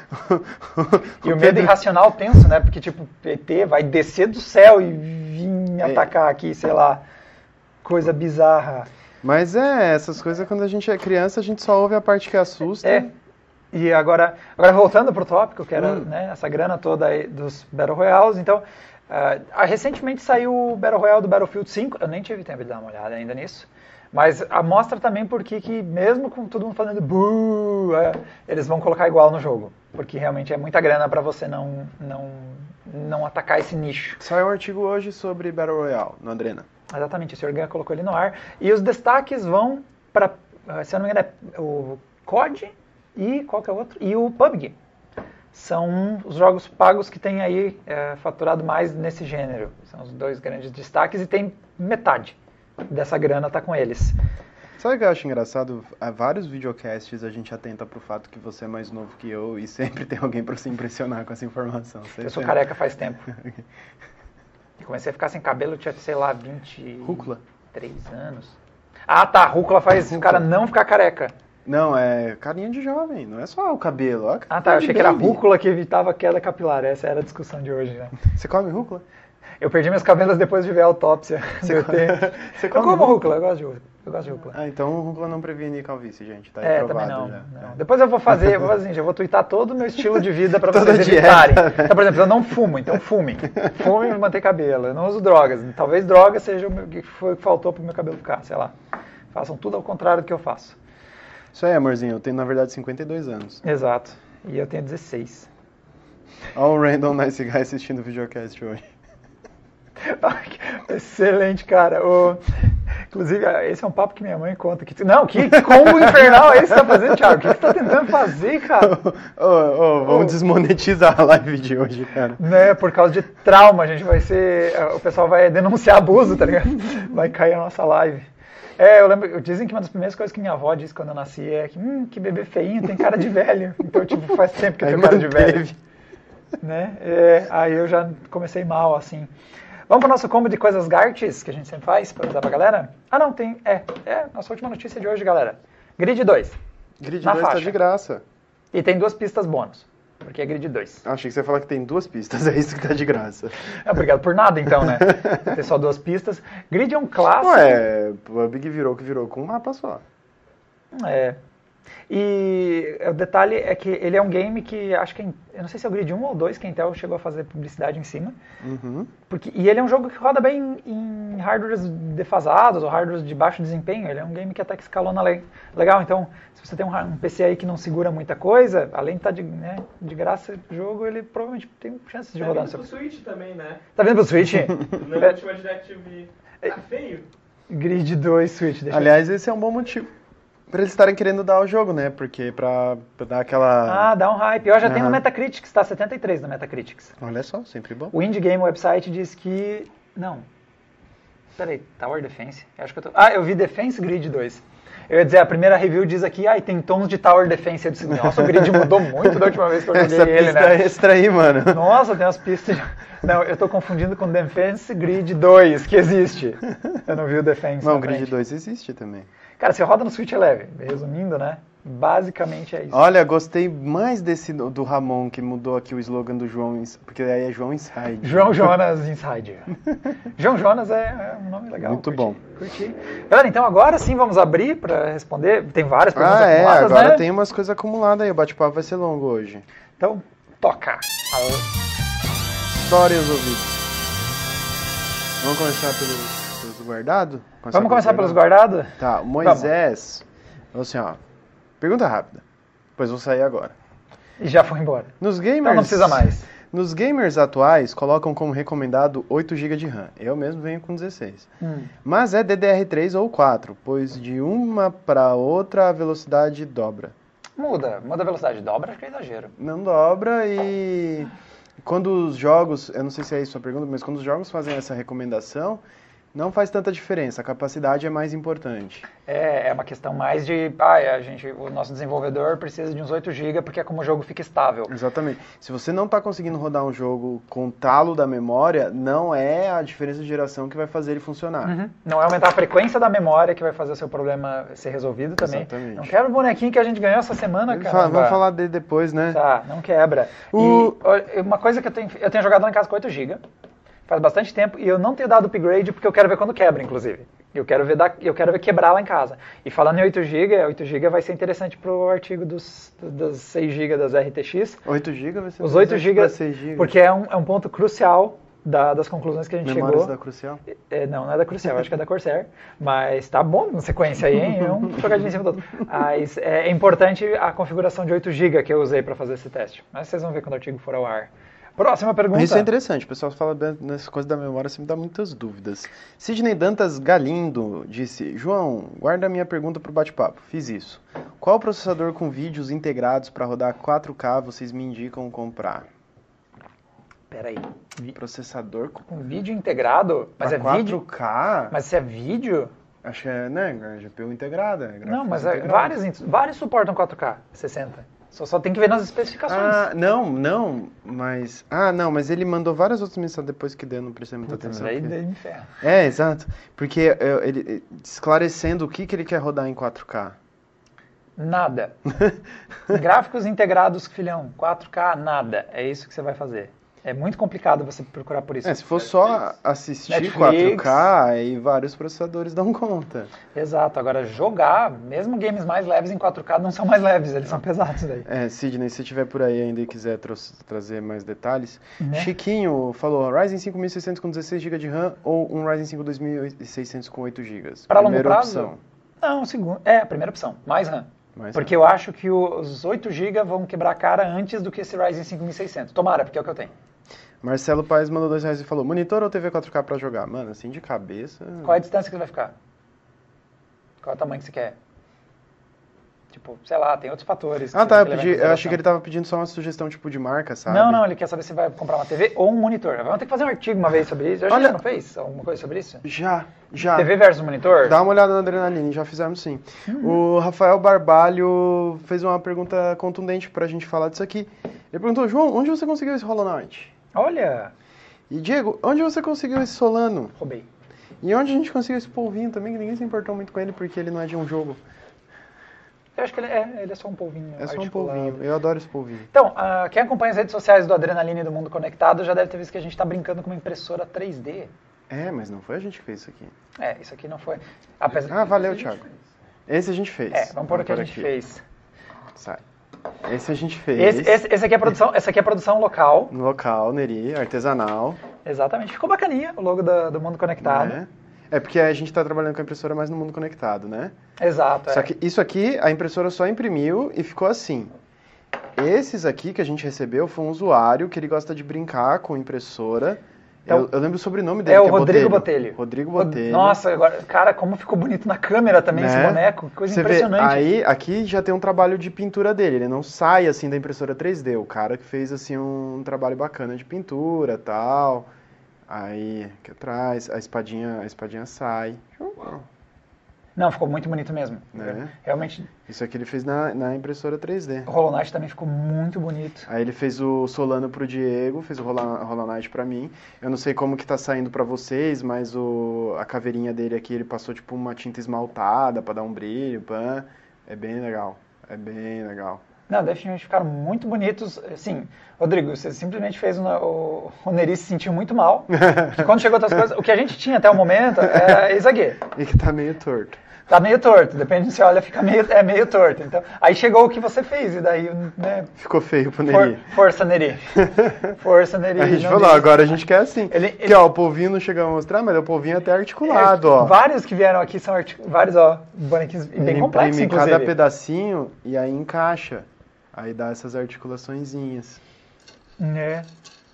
Speaker 2: E o medo irracional tenso, né? Porque, tipo, o E T vai descer do céu e vir me atacar aqui, sei lá. Coisa bizarra.
Speaker 1: Mas é, essas coisas quando a gente é criança, a gente só ouve a parte que assusta.
Speaker 2: É. E agora, agora voltando pro tópico, que era
Speaker 1: Hum.
Speaker 2: né, essa grana toda aí dos Battle Royales, então, uh, recentemente saiu o Battle Royale do Battlefield cinco, eu nem tive tempo de dar uma olhada ainda nisso, mas a mostra também porque que mesmo com todo mundo falando buuu, é, eles vão colocar igual no jogo, porque realmente é muita grana para você não, não, não atacar esse nicho.
Speaker 1: Saiu um artigo hoje sobre Battle Royale, no Adrena.
Speaker 2: Exatamente, o senhor Gan colocou ele no ar. E os destaques vão para, se eu não me engano, é o C O D e qual que é o outro? E o P U B G. São os jogos pagos que têm aí é, faturado mais nesse gênero. São os dois grandes destaques e tem metade dessa grana tá com eles.
Speaker 1: Sabe o que eu acho engraçado? Há vários videocasts a gente atenta pro fato que você é mais novo que eu e sempre tem alguém pra se impressionar com essa informação. Você
Speaker 2: Eu sou
Speaker 1: tem-
Speaker 2: careca faz tempo. Eu comecei a ficar sem cabelo, eu tinha, sei lá, vinte e
Speaker 1: Rúcula.
Speaker 2: três anos. Ah, tá. Rúcula faz o cara não ficar careca.
Speaker 1: Não, é carinha de jovem, não é só o cabelo. Ó,
Speaker 2: Ah, tá. Eu achei que era
Speaker 1: baby.
Speaker 2: rúcula que evitava a queda capilar. Essa era a discussão de hoje, né?
Speaker 1: Você come rúcula?
Speaker 2: Eu perdi meus cabelos depois de ver a autópsia.
Speaker 1: Você
Speaker 2: Eu,
Speaker 1: come-
Speaker 2: tenho...
Speaker 1: Você
Speaker 2: eu
Speaker 1: come
Speaker 2: como
Speaker 1: rúcula?
Speaker 2: rúcula, eu gosto de rúcula. Eu gosto de rúcula.
Speaker 1: Ah, então rúcula não previne calvície, gente. Tá
Speaker 2: É,
Speaker 1: reprovado
Speaker 2: também não.
Speaker 1: já.
Speaker 2: não. Depois eu vou fazer, eu vou fazer, assim, eu vou twittar todo o meu estilo de vida pra
Speaker 1: Toda
Speaker 2: vocês
Speaker 1: dieta.
Speaker 2: evitarem. Então, por exemplo, eu não fumo, então fumem. Fumem pra manter cabelo. Eu não uso drogas. Talvez droga seja o meu- que foi o que faltou pro meu cabelo ficar, sei lá. Façam tudo ao contrário do que eu faço.
Speaker 1: Isso aí, amorzinho. Eu tenho, na verdade, cinquenta e dois anos.
Speaker 2: Exato. E eu tenho dezesseis.
Speaker 1: Olha o Random Nice Guy assistindo o videocast hoje.
Speaker 2: Excelente, cara. O... Inclusive, esse é um papo que minha mãe conta. Que... Não, que combo infernal é esse que você tá fazendo, Thiago? O que você tá tentando fazer, cara?
Speaker 1: Ô, ô, vamos
Speaker 2: Ô.
Speaker 1: desmonetizar a live de hoje, cara.
Speaker 2: Né, por causa de trauma, a gente vai ser... O pessoal vai denunciar abuso, tá ligado? Vai cair a nossa live. É, eu lembro... Dizem que uma das primeiras coisas que minha avó disse quando eu nasci é que, hum, que bebê feinho, tem cara de velho. Então, tipo, faz tempo que eu
Speaker 1: Aí
Speaker 2: tenho cara de velho.
Speaker 1: manteve.
Speaker 2: Né? É, aí eu já comecei mal, assim. Vamos pro nosso combo de coisas Gartes, que a gente sempre faz, pra dar pra galera? Ah, não, tem... É, é, nossa última notícia de hoje, galera. Grid dois.
Speaker 1: Grid
Speaker 2: Na
Speaker 1: dois tá
Speaker 2: faixa.
Speaker 1: de graça.
Speaker 2: E tem duas pistas bônus, porque é Grid dois.
Speaker 1: Achei que você ia falar que tem duas pistas, é isso que tá de graça.
Speaker 2: É, obrigado por nada, então, né? Tem só duas pistas. Grid é um clássico.
Speaker 1: Ué, o Big virou que virou com um mapa só.
Speaker 2: É. E o detalhe é que ele é um game que, acho que, eu não sei se é o Grid um ou dois que a Intel chegou a fazer publicidade em cima.
Speaker 1: Uhum.
Speaker 2: Porque, e ele é um jogo que roda bem em, em hardwares defasados ou hardwares de baixo desempenho. Ele é um game que até que escalona le, legal. Então, se você tem um, um P C aí que não segura muita coisa, além de estar de, né, de graça o jogo, ele provavelmente tem chances de
Speaker 3: Tá
Speaker 2: rodar no
Speaker 3: vindo
Speaker 2: seu...
Speaker 3: pro Switch também, né?
Speaker 2: Tá vendo pro Switch?
Speaker 3: Na última Direct eu vi. Tá feio.
Speaker 2: Grid dois Switch. Deixa eu-
Speaker 1: Aliás, esse é um bom motivo pra eles estarem querendo dar o jogo, né? Porque pra, pra dar aquela...
Speaker 2: Ah, dá um hype. Eu já tenho no
Speaker 1: Aham.
Speaker 2: Metacritic, está setenta e três no Metacritic.
Speaker 1: Olha só, sempre bom.
Speaker 2: O Indie Game Website diz que... Não. Peraí, Tower Defense? Eu acho que eu tô... Ah, eu vi Defense Grid dois. Eu ia dizer, a primeira review diz aqui, ah, tem tons de Tower Defense. Eu disse, nossa, o grid mudou muito da última vez que eu joguei
Speaker 1: Essa
Speaker 2: ele,
Speaker 1: pista
Speaker 2: né?
Speaker 1: extra aí, mano.
Speaker 2: Nossa, tem umas pistas... de- Não, eu tô confundindo com Defense Grid dois, que existe. Eu não vi o Defense.
Speaker 1: Não,
Speaker 2: na
Speaker 1: o Grid
Speaker 2: frente.
Speaker 1: dois existe também.
Speaker 2: Cara, você roda no Switch é leve. Resumindo, né? Basicamente é isso.
Speaker 1: Olha, gostei mais desse do do Ramon, que mudou aqui o slogan do João, Ins- porque aí é João Inside.
Speaker 2: João Jonas Inside. João Jonas é, é um nome legal.
Speaker 1: Muito
Speaker 2: curti,
Speaker 1: bom.
Speaker 2: Curti. Galera, então agora sim vamos abrir para responder. Tem várias perguntas
Speaker 1: Ah, é,
Speaker 2: acumuladas,
Speaker 1: agora
Speaker 2: né?
Speaker 1: tem umas coisas acumuladas aí, o bate-papo vai ser longo hoje.
Speaker 2: Então, toca.
Speaker 1: História e os ouvidos. Vamos começar pelos, pelos guardados?
Speaker 2: Vamos começar pelos guardados?
Speaker 1: Tá, o Moisés, falou assim, ó, pergunta rápida, pois vou sair agora.
Speaker 2: E já foi embora.
Speaker 1: Nos gamers,
Speaker 2: Então não precisa mais.
Speaker 1: Nos gamers atuais, colocam como recomendado oito gigas de RAM. Eu mesmo venho com dezesseis.
Speaker 2: Hum.
Speaker 1: Mas é D D R três ou quatro, pois de uma para outra a velocidade dobra.
Speaker 2: Muda, muda a velocidade. Dobra, acho que é exagero.
Speaker 1: Não dobra e quando os jogos, eu não sei se é isso a pergunta, mas quando os jogos fazem essa recomendação, não faz tanta diferença, a capacidade é mais importante.
Speaker 2: É, é uma questão mais de, ah, a gente, o nosso desenvolvedor precisa de uns oito gigas porque é como o jogo fica estável.
Speaker 1: Exatamente. Se você não está conseguindo rodar um jogo com o talo da memória, não é a diferença de geração que vai fazer ele funcionar.
Speaker 2: Uhum. Não é aumentar a frequência da memória que vai fazer o seu problema ser resolvido também.
Speaker 1: Exatamente.
Speaker 2: Não quebra o bonequinho que a gente ganhou essa semana,
Speaker 1: Ele
Speaker 2: cara.
Speaker 1: fala- Vamos falar dele depois, né?
Speaker 2: Tá, não quebra.
Speaker 1: O-
Speaker 2: E olha, uma coisa que eu tenho, eu tenho jogado lá em casa com oito gigas, faz bastante tempo, e eu não tenho dado upgrade porque eu quero ver quando quebra, inclusive. Eu quero ver, dar, eu quero ver quebrar lá em casa. E falando em oito gigas, oito gigas vai ser interessante pro artigo dos, das seis gigas das R T X.
Speaker 1: oito gigas vai ser
Speaker 2: Os oito
Speaker 1: presente
Speaker 2: gigas,
Speaker 1: pra seis gigas.
Speaker 2: porque é um, é um ponto crucial da- das conclusões que a gente
Speaker 1: Memórias
Speaker 2: chegou.
Speaker 1: da Crucial.
Speaker 2: É, não, não é da Crucial, acho que é da Corsair. Mas tá bom na sequência aí, hein? É um jogadinho em cima do outro. Mas é, é importante a configuração de oito gigas que eu usei para fazer esse teste. Mas vocês vão ver quando o artigo for ao ar. Próxima pergunta.
Speaker 1: Isso é interessante, o pessoal fala bem nessas coisas da memória, sempre dá muitas dúvidas. Sidney Dantas Galindo disse, João, guarda a minha pergunta pro bate-papo, fiz isso. Qual processador com vídeos integrados para rodar quatro K vocês me indicam comprar?
Speaker 2: Peraí. Vi-
Speaker 1: Processador com
Speaker 2: Com vídeo integrado? Mas
Speaker 1: pra
Speaker 2: é
Speaker 1: quatro
Speaker 2: vídeo?
Speaker 1: K?
Speaker 2: Mas se é vídeo?
Speaker 1: Acho que é, né, G P U integrada. é
Speaker 2: Não,
Speaker 1: gráficos
Speaker 2: mas é,
Speaker 1: integrados.
Speaker 2: vários, vários suportam quatro K, sessenta. Só, só tem que ver nas especificações.
Speaker 1: Ah, não, não, mas... Ah, não, mas ele mandou várias outras mensagens depois que deu, não prestei muita
Speaker 2: Puta,
Speaker 1: atenção.
Speaker 2: daí,
Speaker 1: porque-
Speaker 2: daí me ferra.
Speaker 1: É, exato. Porque é, ele esclarecendo o que, que ele quer rodar em quatro K.
Speaker 2: Nada. Gráficos integrados, filhão. quatro K, nada. É isso que você vai fazer. É muito complicado você procurar por isso.
Speaker 1: É, se for só assistir
Speaker 2: Netflix.
Speaker 1: quatro K, aí vários processadores dão conta.
Speaker 2: Exato. Agora, jogar, mesmo games mais leves em quatro K não são mais leves, eles são pesados daí.
Speaker 1: É, Sidney, se tiver por aí ainda e quiser tro- trazer mais detalhes.
Speaker 2: Né?
Speaker 1: Chiquinho falou, Ryzen cinco mil e seiscentos com dezesseis gigas de RAM ou um Ryzen cinco dois mil e seiscentos com oito gigas?
Speaker 2: Para longo
Speaker 1: Primeira
Speaker 2: prazo?
Speaker 1: opção.
Speaker 2: Não, segundo. É, a primeira opção. Mais RAM.
Speaker 1: Mais
Speaker 2: Porque eu acho que os oito gigas vão quebrar a cara antes do que esse Ryzen cinco mil e seiscentos. Tomara, porque é o que eu tenho.
Speaker 1: Marcelo Paes mandou dois reais e falou, monitor ou T V quatro K pra jogar? Mano, assim de cabeça...
Speaker 2: Qual é a distância que você vai ficar? Qual é o tamanho que você quer? Tipo, sei lá, tem outros fatores.
Speaker 1: Ah,
Speaker 2: que
Speaker 1: tá, eu,
Speaker 2: você tem que
Speaker 1: pedi,
Speaker 2: levar em
Speaker 1: eu achei que ele
Speaker 2: consideração.
Speaker 1: tava pedindo só uma sugestão, tipo, de marca, sabe?
Speaker 2: Não, não, ele quer saber se vai comprar uma T V ou um monitor. Vamos ter que fazer um artigo uma vez sobre isso. Eu acho
Speaker 1: Olha-
Speaker 2: que você não fez alguma coisa sobre isso?
Speaker 1: Já, já.
Speaker 2: T V versus monitor?
Speaker 1: Dá uma olhada na Adrenaline, já fizemos sim.
Speaker 2: Uhum.
Speaker 1: O Rafael Barbalho fez uma pergunta contundente pra gente falar disso aqui. Ele perguntou, João, onde você conseguiu esse Hollow Knight?
Speaker 2: Olha,
Speaker 1: E Diego, onde você conseguiu esse Solano?
Speaker 2: roubei.
Speaker 1: E onde a gente conseguiu esse polvinho também, que ninguém se importou muito com ele porque ele não é de um jogo.
Speaker 2: Eu acho que ele é, ele é só um polvinho
Speaker 1: É só um
Speaker 2: articulado.
Speaker 1: polvinho. Eu adoro esse polvinho.
Speaker 2: Então, ah, quem acompanha as redes sociais do Adrenaline e do Mundo Conectado já deve ter visto que a gente está brincando com uma impressora três D.
Speaker 1: É, mas não foi a gente que fez isso aqui.
Speaker 2: É, isso aqui não foi... Apesar...
Speaker 1: Ah, valeu, Thiago. Esse a gente fez.
Speaker 2: É, vamos pôr o que a gente
Speaker 1: aqui.
Speaker 2: fez.
Speaker 1: Sai. Esse a gente fez.
Speaker 2: Esse, esse, esse aqui é a produção, essa aqui é a produção local.
Speaker 1: No local, Neri, artesanal.
Speaker 2: Exatamente. Ficou bacaninha o logo da- do Mundo Conectado.
Speaker 1: Né? É porque a gente está trabalhando com a impressora mais no mundo conectado, né?
Speaker 2: Exato.
Speaker 1: Só
Speaker 2: é.
Speaker 1: que isso aqui, a impressora só imprimiu e ficou assim. Esses aqui que a gente recebeu foi um usuário que ele gosta de brincar com impressora.
Speaker 2: Então,
Speaker 1: eu, eu lembro o sobrenome dele,
Speaker 2: É o
Speaker 1: que é
Speaker 2: Rodrigo
Speaker 1: Botelho.
Speaker 2: Botelho.
Speaker 1: Rodrigo
Speaker 2: Rod-
Speaker 1: Botelho.
Speaker 2: Nossa, agora, cara, como ficou bonito na câmera também esse
Speaker 1: Né?
Speaker 2: boneco. Que coisa
Speaker 1: Você vê,
Speaker 2: impressionante.
Speaker 1: aí, aqui já tem um trabalho de pintura dele. Ele não sai assim da impressora três D. O cara que fez assim um trabalho bacana de pintura e tal. Aí, aqui atrás, a espadinha, a espadinha sai.
Speaker 2: Não, ficou muito bonito mesmo.
Speaker 1: Né?
Speaker 2: Realmente,
Speaker 1: Isso aqui ele fez na, na impressora três D.
Speaker 2: o Hollow Knight também ficou muito bonito.
Speaker 1: Aí ele fez o Solano pro Diego, fez o Hollow Hollow Knight pra mim. Eu não sei como que tá saindo pra vocês, mas o, a caveirinha dele aqui, ele passou tipo uma tinta esmaltada pra dar um brilho, pã. É bem legal, é bem legal.
Speaker 2: Não, definitivamente ficaram muito bonitos. Sim, Rodrigo, você simplesmente fez o, o, o Neri se sentiu muito mal. Porque quando chegou outras coisas, o que a gente tinha até o momento era esse aqui.
Speaker 1: E que tá meio torto.
Speaker 2: Tá meio torto, depende se você olha, fica meio, é meio torto. Então, aí chegou o que você fez, e daí, né,
Speaker 1: Ficou feio pro
Speaker 2: for,
Speaker 1: Neri.
Speaker 2: força Neri. Força Neri.
Speaker 1: A gente
Speaker 2: não
Speaker 1: falou,
Speaker 2: Neri.
Speaker 1: agora a gente quer assim.
Speaker 2: Ele-
Speaker 1: Porque,
Speaker 2: ele-
Speaker 1: ó, o polvinho não chegou a mostrar, mas o polvinho é até articulado,
Speaker 2: É,
Speaker 1: ó.
Speaker 2: Vários que vieram aqui são artic... vários, ó, bonequinhos e bem
Speaker 1: Ele
Speaker 2: complexos,
Speaker 1: imprime
Speaker 2: inclusive.
Speaker 1: cada pedacinho e aí encaixa. Aí dá essas articulaçõezinhas.
Speaker 2: É.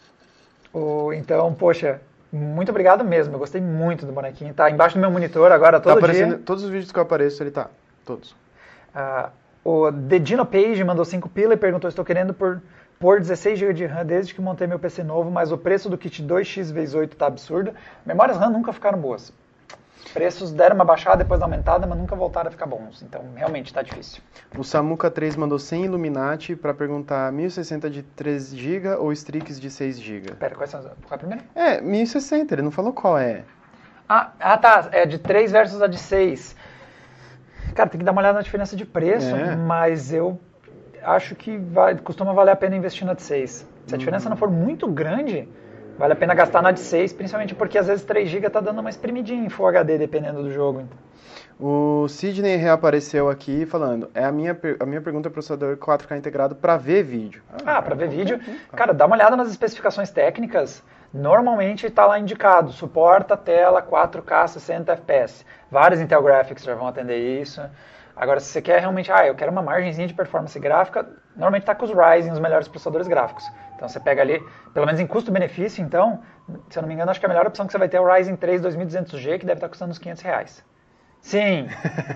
Speaker 2: O, então, poxa, muito obrigado mesmo. Eu gostei muito do bonequinho. Tá embaixo do meu monitor agora,
Speaker 1: Tá
Speaker 2: todo
Speaker 1: aparecendo,
Speaker 2: dia.
Speaker 1: todos os vídeos que eu apareço, ele tá. Todos.
Speaker 2: Ah, o Dedino Page mandou cinco pila e perguntou: estou querendo por, por dezesseis gigas de RAM desde que montei meu P C novo, mas o preço do kit dois x vezes oito tá absurdo. Memórias RAM nunca ficaram boas. Os preços deram uma baixada depois da aumentada, mas nunca voltaram a ficar bons. Então, realmente, tá difícil.
Speaker 1: O Samuca três mandou cem Illuminati pra perguntar mil e sessenta de três gigas ou Strix de seis gigas.
Speaker 2: Pera, quais são as... Qual é a primeira?
Speaker 1: É, mil e sessenta, ele não falou qual é.
Speaker 2: Ah, ah, tá. É de três versus a de seis. Cara, tem que dar uma olhada na diferença de preço,
Speaker 1: É.
Speaker 2: mas eu acho que vai, costuma valer a pena investir na de seis. Se a diferença não for muito grande, vale a pena gastar na de seis, principalmente porque às vezes três gigas tá dando uma espremidinha em Full H D, dependendo do jogo.
Speaker 1: O Sidney reapareceu aqui falando, é a minha, per- a minha pergunta é processador quatro K integrado pra ver vídeo.
Speaker 2: Ah, para ver vídeo. Cara, dá uma olhada nas especificações técnicas. Normalmente está lá indicado, suporta tela quatro K sessenta F P S. Vários Intel Graphics já vão atender isso. Agora, se você quer realmente, ah, eu quero uma margenzinha de performance gráfica, normalmente está com os Ryzen, os melhores processadores gráficos. Então você pega ali, pelo menos em custo-benefício, então, se eu não me engano, acho que a melhor opção que você vai ter é o Ryzen três dois mil e duzentos G, que deve estar custando uns quinhentos reais. Sim.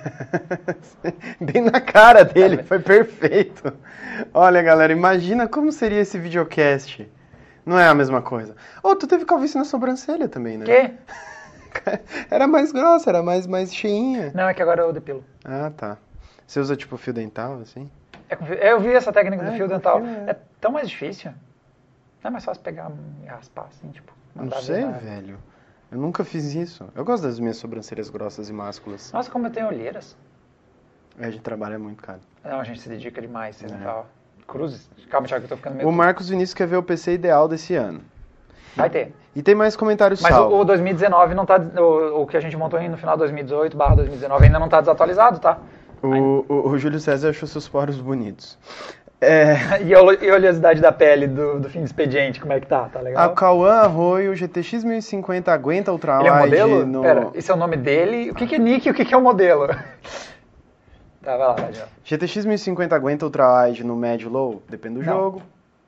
Speaker 1: Bem na cara dele, foi perfeito. Olha, galera, imagina como seria esse videocast. Não é a mesma coisa. Oh, tu teve calvície na sobrancelha também, né?
Speaker 2: Quê?
Speaker 1: Era mais grossa, era mais, mais cheinha.
Speaker 2: Não, é que agora eu depilo.
Speaker 1: Ah, tá. Você usa tipo fio dental, assim?
Speaker 2: É com fio- eu vi essa técnica do
Speaker 1: É,
Speaker 2: fio
Speaker 1: com
Speaker 2: dental.
Speaker 1: fio, é.
Speaker 2: É tão mais difícil. Não é mais fácil pegar e raspar assim, tipo.
Speaker 1: Não
Speaker 2: mandar
Speaker 1: sei,
Speaker 2: ver na-
Speaker 1: velho. Eu nunca fiz isso. Eu gosto das minhas sobrancelhas grossas e másculas.
Speaker 2: Nossa, como eu tenho olheiras.
Speaker 1: A gente trabalha muito, cara.
Speaker 2: Não, a gente se dedica demais, fio
Speaker 1: É.
Speaker 2: dental. Cruzes. Calma, Thiago, que eu tô ficando meio...
Speaker 1: O Marcos Vinícius quer ver o P C ideal desse ano.
Speaker 2: Vai ter.
Speaker 1: E tem mais comentários
Speaker 2: Mas o,
Speaker 1: salvos.
Speaker 2: o dois mil e dezenove não tá... O, o que a gente montou aí no final de dois mil e dezoito barra dois mil e dezenove ainda não tá desatualizado, tá?
Speaker 1: O, o, o Júlio César achou seus poros bonitos. É,
Speaker 2: E a ole- e a oleosidade da pele do, do fim de expediente, como é que tá? Tá
Speaker 1: a
Speaker 2: legal?
Speaker 1: Cauã Arroio G T X mil e cinquenta aguenta ultrawide
Speaker 2: Ele é um modelo?
Speaker 1: no...
Speaker 2: Pera, esse é o nome dele. O que, que é nick e o que, que é o modelo? Tá, vai lá, vai já.
Speaker 1: G T X mil e cinquenta aguenta ultrawide no médio low? Depende do
Speaker 2: Não.
Speaker 1: jogo.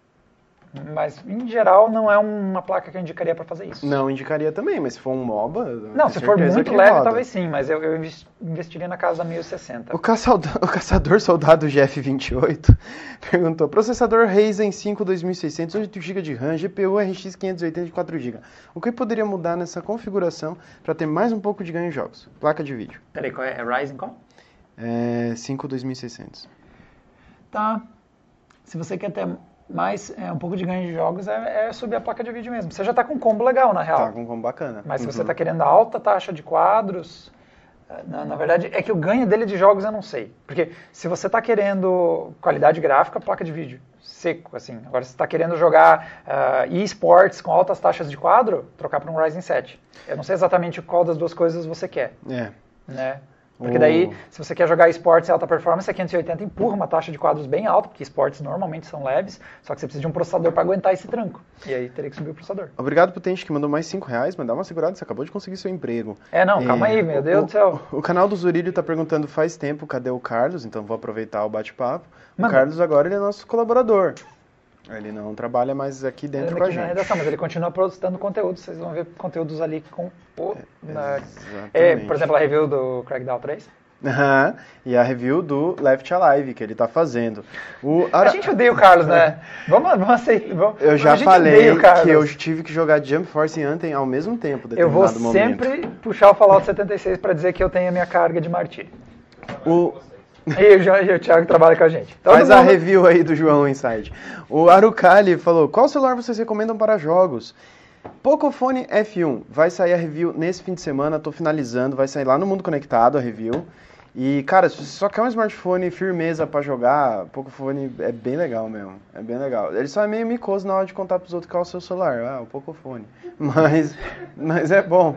Speaker 2: Mas, em geral, não é uma placa que eu indicaria pra fazer isso.
Speaker 1: Não indicaria também, mas se for um MOBA...
Speaker 2: Não,
Speaker 1: tenho
Speaker 2: se for
Speaker 1: certeza
Speaker 2: muito
Speaker 1: que
Speaker 2: leve,
Speaker 1: roda.
Speaker 2: talvez sim, mas eu, eu inves- investiria na casa da mil e sessenta.
Speaker 1: O, caçador, o caçador soldado G F vinte e oito perguntou: processador Ryzen cinco dois mil e seiscentos, oito gigas de RAM, G P U R X quinhentos e oitenta de quatro gigas. O que poderia mudar nessa configuração para ter mais um pouco de ganho em jogos? Placa de vídeo.
Speaker 2: Peraí, qual é? É Ryzen qual?
Speaker 1: É, cinco dois mil e seiscentos.
Speaker 2: Tá. Se você quer ter mais é, um pouco de ganho de jogos, é, é subir a placa de vídeo mesmo. Você já tá com um combo legal, na real.
Speaker 1: Tá com como bacana.
Speaker 2: Mas se você
Speaker 1: Uhum.
Speaker 2: está querendo alta taxa de quadros, na, na verdade é que o ganho dele de jogos eu não sei. Porque se você está querendo qualidade gráfica, placa de vídeo, seco, assim. Agora se você está querendo jogar uh, eSports com altas taxas de quadro, trocar para um Ryzen sete. Eu não sei exatamente qual das duas coisas você quer,
Speaker 1: É.
Speaker 2: né? Porque
Speaker 1: O-
Speaker 2: daí, se você quer jogar esportes em alta performance, a quinhentos e oitenta empurra uma taxa de quadros bem alta, porque esportes normalmente são leves, só que você precisa de um processador para aguentar esse tranco. E aí teria que subir o processador.
Speaker 1: Obrigado, Potente, que mandou mais cinco reais, mas dá uma segurada, você acabou de conseguir seu emprego.
Speaker 2: É, não, calma aí, meu
Speaker 1: o-
Speaker 2: Deus
Speaker 1: o,
Speaker 2: do céu.
Speaker 1: O, canal do Zurílio tá perguntando faz tempo, cadê o Carlos? Então vou aproveitar o bate-papo. O
Speaker 2: Manda.
Speaker 1: Carlos agora ele é nosso colaborador. Ele não trabalha mais aqui dentro
Speaker 2: Ele
Speaker 1: com a
Speaker 2: aqui na
Speaker 1: gente.
Speaker 2: redação, mas ele continua produzindo conteúdo, vocês vão ver conteúdos ali com o... na-
Speaker 1: Exatamente.
Speaker 2: é, por exemplo, a review do Crackdown três.
Speaker 1: Aham, e a review do Left Alive que ele tá fazendo. O Ara-
Speaker 2: A gente odeia o Carlos, né? Vamos, vamos aceitar. Vamos,
Speaker 1: Eu já
Speaker 2: a gente
Speaker 1: falei
Speaker 2: odeia o Carlos.
Speaker 1: que eu tive que jogar Jump Force e Anthem ao mesmo tempo,
Speaker 2: Eu vou
Speaker 1: determinado momento.
Speaker 2: sempre puxar o Fallout setenta e seis para dizer que eu tenho a minha carga de martírio.
Speaker 1: O...
Speaker 2: E o, Jo- e o Thiago trabalha com a gente. Todo
Speaker 1: Faz a
Speaker 2: mundo-
Speaker 1: review aí do João Inside. O Arukali falou: qual celular vocês recomendam para jogos? Pocophone F um. Vai sair a review nesse fim de semana, tô finalizando. Vai sair lá no Mundo Conectado a review. E, cara, se você só quer um smartphone firmeza pra jogar, Pocophone é bem legal mesmo. É bem legal. Ele só é meio micoso na hora de contar pros outros qual é o seu celular. Ah, o Pocophone. Mas, mas é bom.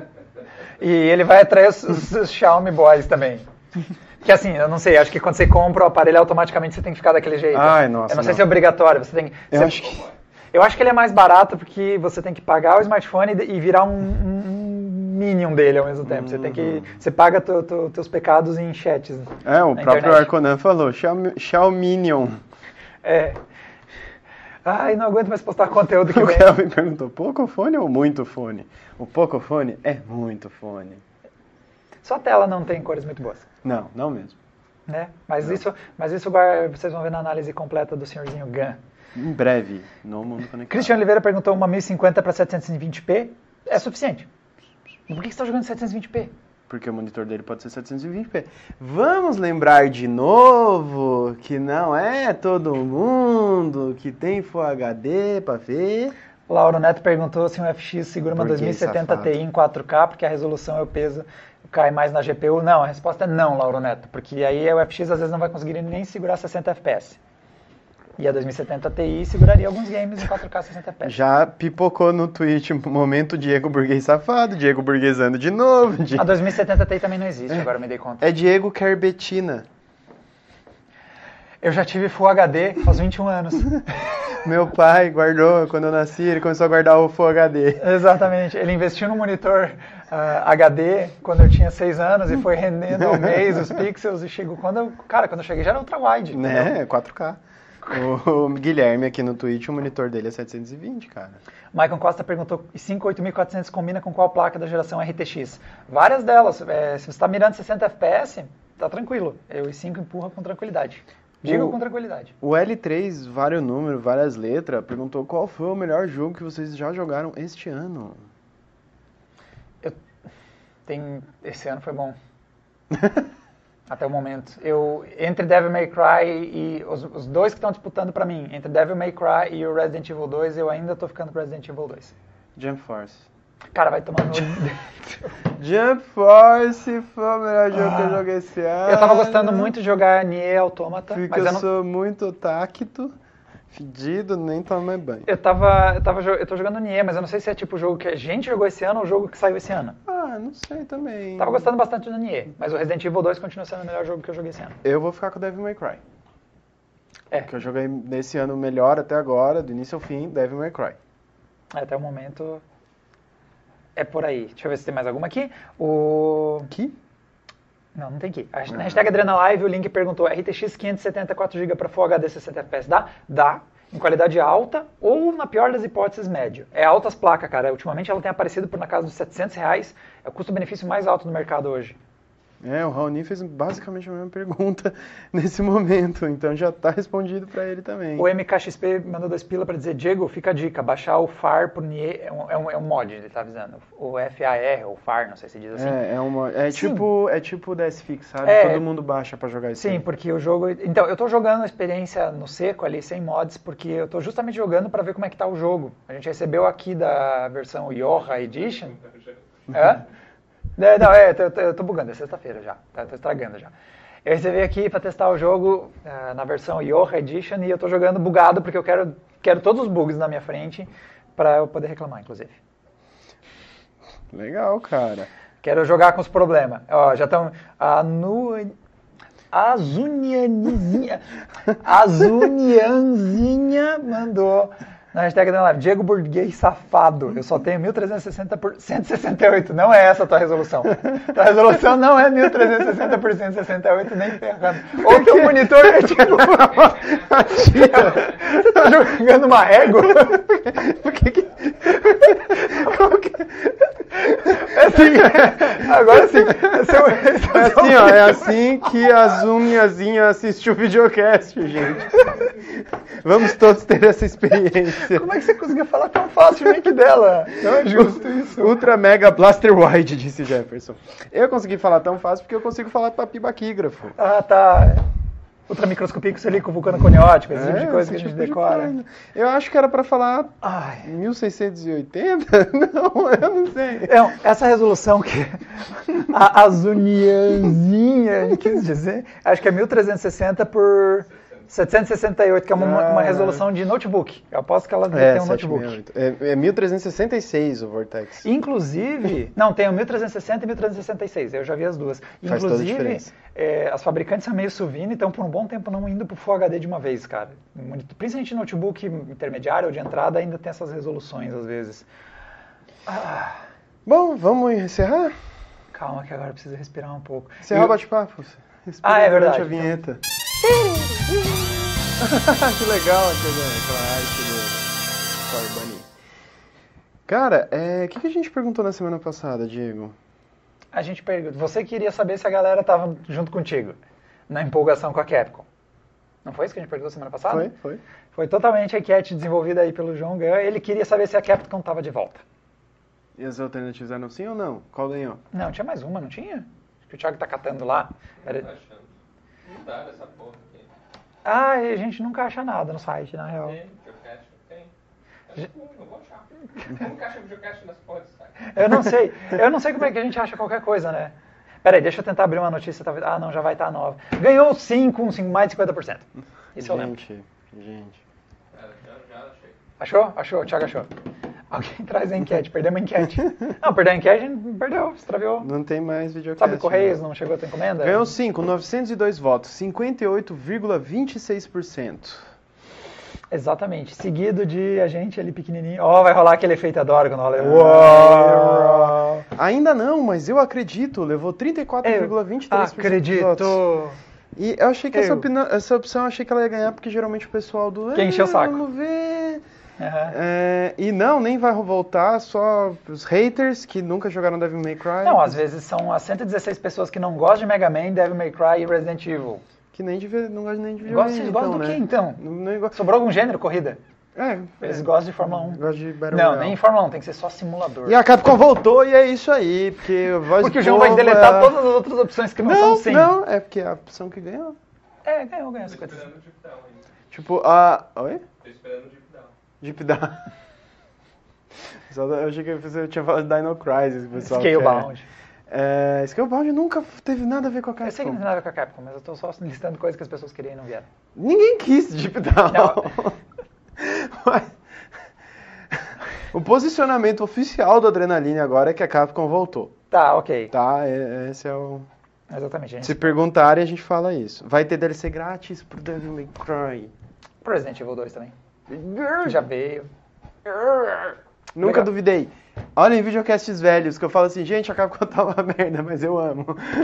Speaker 2: E ele vai atrair os, os- os Xiaomi Boys também. Que assim, eu não sei, acho que quando você compra o aparelho, automaticamente você tem que ficar daquele jeito.
Speaker 1: Ai, nossa,
Speaker 2: Eu não sei
Speaker 1: não.
Speaker 2: se é obrigatório, você tem
Speaker 1: Eu
Speaker 2: você-
Speaker 1: acho que...
Speaker 2: Eu acho que ele é mais barato porque você tem que pagar o smartphone e e virar um, um- um minion dele ao mesmo tempo. Você tem que. Você paga teu, teu, teus pecados em chats.
Speaker 1: É, o
Speaker 2: na
Speaker 1: próprio
Speaker 2: internet.
Speaker 1: Arconan falou, Xiaomi, Xiaominion.
Speaker 2: É. Ai, não aguento mais postar conteúdo que
Speaker 1: O
Speaker 2: vem.
Speaker 1: Kelvin perguntou, pouco fone ou muito fone? O pouco fone é muito fone.
Speaker 2: Só a tela não tem cores muito boas.
Speaker 1: Não, não mesmo.
Speaker 2: Né? Mas isso, mas isso vai- vocês vão ver na análise completa do senhorzinho Gun.
Speaker 1: Em breve, no Mundo Conectado.
Speaker 2: Christian Oliveira perguntou uma mil e cinquenta para setecentos e vinte p. É suficiente. Por que você está jogando setecentos e vinte p?
Speaker 1: Porque o monitor dele pode ser setecentos e vinte p. Vamos lembrar de novo que não é todo mundo que tem Full H D pra ver.
Speaker 2: Lauro Neto perguntou se um F X segura uma
Speaker 1: Burguês
Speaker 2: dois mil e setenta
Speaker 1: safado.
Speaker 2: Ti em quatro K, porque a resolução e o peso cai mais na G P U. Não, a resposta é não, Lauro Neto, porque aí o F X às vezes não vai conseguir nem segurar sessenta F P S. E a dois mil e setenta Ti seguraria alguns games em quatro K sessenta F P S.
Speaker 1: Já pipocou no Twitch, momento Diego Burguês safado, Diego burguesando de novo. Di-
Speaker 2: A dois mil e setenta Ti também não existe, agora eu me dei conta.
Speaker 1: É Diego Kerbetina.
Speaker 2: Eu já tive Full H D aos vinte e um anos.
Speaker 1: Meu pai guardou, quando eu nasci, ele começou a guardar o Full H D.
Speaker 2: Exatamente. Ele investiu no monitor ah, H D quando eu tinha seis anos e foi rendendo ao mês os pixels e chegou quando eu, cara, quando eu cheguei já era ultra wide. entendeu?
Speaker 1: Né, quatro K. O, o Guilherme aqui no Twitch, o monitor dele é setecentos e vinte, cara.
Speaker 2: Maicon Costa perguntou, e cinco oito mil e quatrocentos combina com qual placa da geração R T X? Várias delas. É, se você está mirando sessenta F P S, tá tranquilo. O i cinco empurra com tranquilidade. Digo
Speaker 1: O-
Speaker 2: com tranquilidade.
Speaker 1: O L três, vários números, várias letras, perguntou qual foi o melhor jogo que vocês já jogaram este ano.
Speaker 2: Eu, tem, esse ano foi bom. Até o momento. Eu, entre Devil May Cry e os, os dois que estão disputando pra mim, entre Devil May Cry e o Resident Evil dois, eu ainda tô ficando com Resident Evil dois.
Speaker 1: Jump Force.
Speaker 2: Cara, vai tomar no...
Speaker 1: Jump Force foi o melhor jogo ah, que eu joguei esse ano.
Speaker 2: Eu tava gostando muito de jogar Nier Automata,
Speaker 1: Porque
Speaker 2: mas
Speaker 1: eu,
Speaker 2: eu não...
Speaker 1: sou muito tacto, fedido, nem tomei banho.
Speaker 2: Eu tava, eu tava, eu tô jogando Nier, mas eu não sei se é tipo o jogo que a gente jogou esse ano ou o jogo que saiu esse ano.
Speaker 1: Ah, não sei também.
Speaker 2: Tava gostando bastante do Nier, mas o Resident Evil dois continua sendo o melhor jogo que eu joguei esse ano.
Speaker 1: Eu vou ficar com o Devil May Cry.
Speaker 2: É.
Speaker 1: Que eu joguei nesse ano melhor até agora, do início ao fim, Devil May Cry.
Speaker 2: Até o momento... É por aí. Deixa eu ver se tem mais alguma aqui. O...
Speaker 1: Aqui?
Speaker 2: Não, não tem aqui. A na hashtag AdrenaLive, o link perguntou, R T X quinhentos e setenta, quatro gigas para Full H D sessenta F P S dá? Dá. Em qualidade alta ou, na pior das hipóteses, médio. É altas placas, cara. Ultimamente ela tem aparecido por na casa dos setecentos reais. É o custo-benefício mais alto do mercado hoje.
Speaker 1: É, o Raoni fez basicamente a mesma pergunta nesse momento, então já tá respondido pra ele também.
Speaker 2: O M K X P mandou dois pila pra dizer, Diego, fica a dica, baixar o F A R pro Nier, é um, é um, é um mod, ele tá avisando, o F A R, ou F A R, não sei se diz assim.
Speaker 1: É, é, uma, é, tipo, é tipo o D S Fix, sabe?
Speaker 2: É,
Speaker 1: todo mundo baixa pra jogar isso.
Speaker 2: Sim,
Speaker 1: aí.
Speaker 2: Porque o jogo... Então, eu tô jogando a experiência no seco ali, sem mods, porque eu tô justamente jogando pra ver como é que tá o jogo. A gente recebeu aqui da versão Yoha Edition. Hã? Não, é, eu tô, eu tô bugando, é sexta-feira já, tá, tô estragando já. Eu recebi aqui pra testar o jogo uh, na versão Yoha Edition e eu tô jogando bugado porque eu quero, quero todos os bugs na minha frente pra eu poder reclamar, inclusive.
Speaker 1: Legal, cara.
Speaker 2: Quero jogar com os problemas. Ó, já estão... A nu... Azunianizinha... Azunianzinha mandou... Na hashtag da live, Diego Burguês safado. Eu só tenho mil trezentos e sessenta por cento e sessenta e oito. Não é essa a tua resolução. Tua resolução não é mil trezentos e sessenta por cento e sessenta e oito, nem ferrando. Ou teu monitor é tipo... Você tá jogando uma régua?
Speaker 1: Por que que...
Speaker 2: Qual que... É assim, agora sim. Esse é, o, esse
Speaker 1: é assim, ó, é assim que a Zuniazinha assistiu o videocast, gente. Vamos todos ter essa experiência.
Speaker 2: Como é que você conseguiu falar tão fácil o link dela? Não é justo isso.
Speaker 1: Ultra Mega Blaster Wide, disse Jefferson. Eu consegui falar tão fácil porque eu consigo falar papibaquígrafo.
Speaker 2: Ah, tá. Ultramicroscopia com silico vulcanoconiótico, esse
Speaker 1: é,
Speaker 2: tipo de coisa que a
Speaker 1: tipo
Speaker 2: gente decora.
Speaker 1: De eu acho que era pra falar
Speaker 2: Ai.
Speaker 1: mil seiscentos e oitenta? Não, eu não sei.
Speaker 2: Não, essa resolução que a Azunianzinha quis dizer, acho que é mil trezentos e sessenta por setecentos e sessenta e oito, que é uma, ah, uma resolução de notebook. Eu aposto que ela deve
Speaker 1: é,
Speaker 2: ter um notebook.
Speaker 1: É, é mil trezentos e sessenta e seis o Vortex.
Speaker 2: Inclusive, não, tem o mil trezentos e sessenta e mil trezentos e sessenta e seis, eu já vi as duas.
Speaker 1: Faz
Speaker 2: Inclusive, é, as fabricantes são meio suvina, então por um bom tempo não indo pro Full H D de uma vez, cara. Principalmente notebook intermediário ou de entrada ainda tem essas resoluções às vezes.
Speaker 1: Ah. Bom, vamos encerrar?
Speaker 2: Calma que agora eu preciso respirar um pouco.
Speaker 1: Encerrar o bate-papo.
Speaker 2: Ah, é verdade.
Speaker 1: a vinheta. Que legal aquela arte do Toy Bunny. Cara, o é, que, que a gente perguntou na semana passada, Diego?
Speaker 2: A gente perguntou. Você queria saber se a galera tava junto contigo na empolgação com a Capcom. Não foi isso que a gente perguntou semana passada?
Speaker 1: Foi, foi.
Speaker 2: Foi totalmente a enquete desenvolvida aí pelo João Gun. Ele queria saber se a Capcom tava de volta.
Speaker 1: E as alternativas eram sim ou não? Qual ganhou?
Speaker 2: Não, tinha mais uma, não tinha? Acho que o Thiago tá catando lá. Era...
Speaker 3: Não dá essa porra aqui.
Speaker 2: Ah, e a gente nunca acha nada no site, na real.
Speaker 3: Tem, videocast, tem. Eu não vou achar. Como que acha videocast nessa porra desse site?
Speaker 2: Eu não sei. Eu não sei como é que a gente acha qualquer coisa, né? Peraí, deixa eu tentar abrir uma notícia. Talvez... Ah, não, já vai estar nova. Ganhou sim com mais de cinquenta por cento. Isso eu lembro.
Speaker 1: Gente, gente.
Speaker 3: Já, já achei.
Speaker 2: Achou? Achou? O Thiago achou. Alguém traz a enquete. Perdemos a enquete. Não, perdeu a enquete, perdeu, extraviou.
Speaker 1: Não tem mais videocast.
Speaker 2: Sabe, Correios não chegou a tua encomenda?
Speaker 1: Ganhou sim, com novecentos e dois votos, cinquenta e oito vírgula vinte e seis por cento.
Speaker 2: Exatamente. Seguido de a gente ali pequenininho. Ó, oh, vai rolar aquele efeito adoro quando rola. Uou!
Speaker 1: Ainda não, mas eu acredito. Levou trinta e quatro vírgula vinte e três por cento
Speaker 2: acredito.
Speaker 1: Dos votos. E eu achei que essa, opina- essa opção eu achei que ela ia ganhar, porque geralmente o pessoal do...
Speaker 2: Quem encheu o saco.
Speaker 1: Vamos ver...
Speaker 2: Uhum.
Speaker 1: É, e não, nem vai voltar, só os haters que nunca jogaram Devil May Cry.
Speaker 2: Não, às vezes são as cento e dezesseis pessoas que não gostam de Mega Man, Devil May Cry e Resident Evil.
Speaker 1: Que nem de, não gostam nem de
Speaker 2: videogame. Vocês
Speaker 1: então,
Speaker 2: gostam do
Speaker 1: né?
Speaker 2: que então?
Speaker 1: Não, não gosto.
Speaker 2: Sobrou algum gênero, corrida?
Speaker 1: É,
Speaker 2: Eles
Speaker 1: é.
Speaker 2: gostam de Fórmula um.
Speaker 1: Gosto de Battle
Speaker 2: Não,
Speaker 1: Royale.
Speaker 2: nem Fórmula um, tem que ser só simulador.
Speaker 1: E a Capcom voltou e é isso aí, porque a voz
Speaker 2: Porque
Speaker 1: do
Speaker 2: o João vai
Speaker 1: povo
Speaker 2: deletar
Speaker 1: é...
Speaker 2: todas as outras opções que não, são
Speaker 1: Não,
Speaker 2: sim.
Speaker 1: não, é porque é a opção que ganhou.
Speaker 2: É, ganhou, ganhou
Speaker 3: Tô
Speaker 2: cinquenta.
Speaker 3: esperando o Deep Down ainda.
Speaker 1: Tipo, a... Oi?
Speaker 3: Tô esperando o Deep Down.
Speaker 1: Deep Down. Só- Eu achei que você tinha falado de Dino Crisis, que o pessoal
Speaker 2: Scalebound.
Speaker 1: quer. É, Scalebound nunca teve nada a ver com a
Speaker 2: Eu sei que não
Speaker 1: Capcom.
Speaker 2: tem nada a ver com a Capcom, mas eu tô só listando coisas que as pessoas queriam e não vieram.
Speaker 1: Ninguém quis Deep Down.
Speaker 2: Não.
Speaker 1: Mas... O posicionamento oficial do Adrenaline agora é que a Capcom voltou,
Speaker 2: Tá, ok.
Speaker 1: tá? É- Esse é o...
Speaker 2: Exatamente, gente.
Speaker 1: Se perguntarem, a gente fala isso. Vai ter D L C grátis pro Devil May Cry.
Speaker 2: Pro Resident Evil dois também. Que já veio.
Speaker 1: Nunca
Speaker 2: Legal.
Speaker 1: duvidei. Olhem videocasts velhos que eu falo assim, gente, a Capcom tá uma merda, mas eu amo.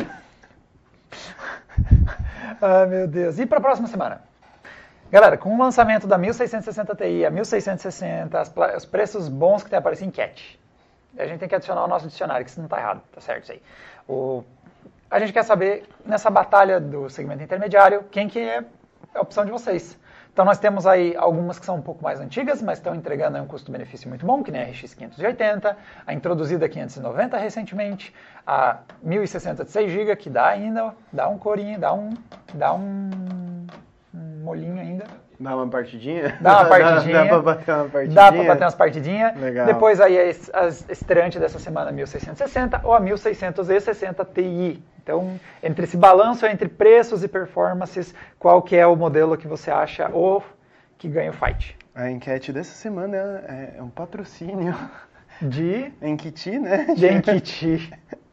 Speaker 2: Ai, meu Deus. E pra próxima semana? Galera, com o lançamento da mil seiscentos e sessenta Ti, a mil seiscentos e sessenta, as pla- os preços bons que tem aparecido em Cat. A gente tem que adicionar o nosso dicionário, que isso não tá errado, tá certo isso aí. O... A gente quer saber, nessa batalha do segmento intermediário, quem que é a opção de vocês. Então nós temos aí algumas que são um pouco mais antigas, mas estão entregando aí um custo-benefício muito bom, que nem a R X quinhentos e oitenta, a introduzida quinhentos e noventa recentemente, a mil e sessenta de seis gigas, que dá ainda, dá um corinho, dá um, dá um, um molinho ainda.
Speaker 1: Dá uma partidinha?
Speaker 2: Dá uma partidinha.
Speaker 1: Dá, dá pra bater uma partidinha?
Speaker 2: Dá pra bater umas partidinhas.
Speaker 1: Legal.
Speaker 2: Depois aí a, es- a estreante dessa semana mil seiscentos e sessenta ou a mil seiscentos e sessenta Ti. Então, entre esse balanço entre preços e performances, qual que é o modelo que você acha ou que ganha o fight?
Speaker 1: A enquete dessa semana é, é um patrocínio.
Speaker 2: De
Speaker 1: Enkiti, né?
Speaker 2: Genkiti.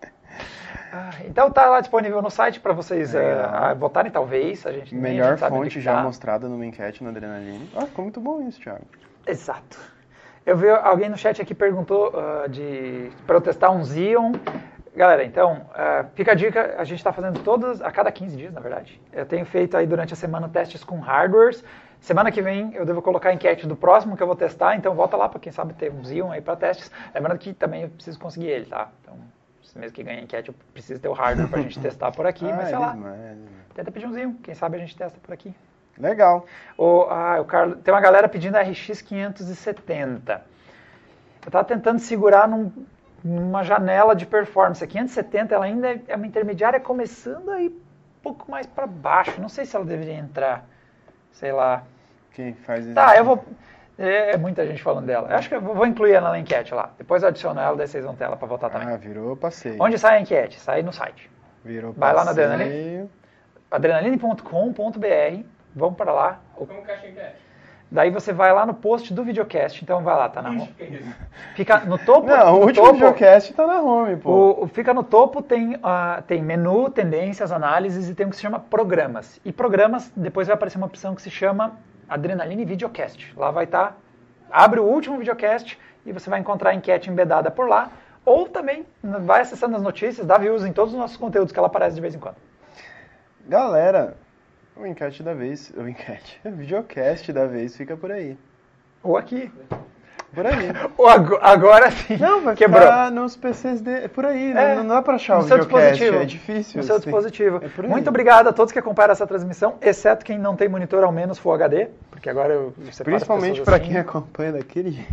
Speaker 2: Ah, então tá lá disponível no site para vocês
Speaker 1: Legal.
Speaker 2: eh, votarem, talvez. A gente nem a
Speaker 1: Melhor
Speaker 2: gente sabe onde
Speaker 1: fonte
Speaker 2: que
Speaker 1: já
Speaker 2: tá.
Speaker 1: mostrada numa enquete no Adrenaline. Ah, ficou muito bom isso, Thiago.
Speaker 2: Exato. Eu vi alguém no chat aqui perguntou ah, de para eu testar um Xeon. Galera, então, ah, fica a dica, a gente está fazendo todos, a cada quinze dias, na verdade. Eu tenho feito aí durante a semana testes com hardwares. Semana que vem eu devo colocar a enquete do próximo que eu vou testar, então volta lá para quem sabe ter um Xeon aí para testes. Lembrando que também eu preciso conseguir ele, tá? Então, mesmo que ganhe a enquete, eu preciso ter o hardware para a gente testar por aqui,
Speaker 1: Ah,
Speaker 2: mas sei
Speaker 1: é
Speaker 2: lá,
Speaker 1: demais.
Speaker 2: tenta pedir um Xeon, quem sabe a gente testa por aqui.
Speaker 1: Legal.
Speaker 2: O, ah, o Carlos, tem uma galera pedindo a R X quinhentos e setenta. Eu estava tentando segurar num, numa janela de performance. A quinhentos e setenta ela ainda é uma intermediária começando a ir um pouco mais para baixo. Não sei se ela deveria entrar, sei lá.
Speaker 1: Quem faz isso?
Speaker 2: Tá, eu vou... É, é muita gente falando dela. Eu acho que eu vou vou incluir ela na enquete lá. Depois eu adiciono ela, daí vocês vão ter ela para votar também.
Speaker 1: Ah, virou passeio.
Speaker 2: Onde sai a enquete? Sai no site.
Speaker 1: Virou
Speaker 2: Vai lá na
Speaker 1: passeio.
Speaker 2: Adrenaline. adrenaline ponto com ponto b r. Vamos para lá. O-
Speaker 3: Como que acha a enquete?
Speaker 2: Daí você vai lá no post do videocast. Então vai lá, tá na
Speaker 3: Ixi, que isso?
Speaker 2: Fica no topo.
Speaker 1: Não, o
Speaker 2: no
Speaker 1: último
Speaker 2: topo,
Speaker 1: videocast tá na home, pô.
Speaker 2: o, o- fica no topo, tem, ah, tem menu, tendências, análises e tem um que se chama programas. E programas, depois vai aparecer uma opção que se chama Adrenaline Videocast. Lá vai estar, abre o último videocast e você vai encontrar a enquete embedada por lá. Ou também vai acessando as notícias, dá views em todos os nossos conteúdos que ela aparece de vez em quando.
Speaker 1: Galera, o enquete da vez, o enquete, o videocast da vez fica por aí.
Speaker 2: Ou aqui.
Speaker 1: Por aí.
Speaker 2: Ou ago- agora sim.
Speaker 1: Não, vai
Speaker 2: Quebrou.
Speaker 1: ficar nos P Cs de... por aí,
Speaker 2: É,
Speaker 1: não, não dá pra achar
Speaker 2: no
Speaker 1: o
Speaker 2: seu
Speaker 1: videocast,
Speaker 2: dispositivo.
Speaker 1: é difícil.
Speaker 2: No seu
Speaker 1: assim.
Speaker 2: dispositivo.
Speaker 1: É por aí.
Speaker 2: Muito obrigado a todos que acompanharam essa transmissão, exceto quem não tem monitor ao menos Full H D, porque agora eu separo as
Speaker 1: Principalmente
Speaker 2: pessoas
Speaker 1: pra
Speaker 2: assim.
Speaker 1: quem acompanha daquele jeito.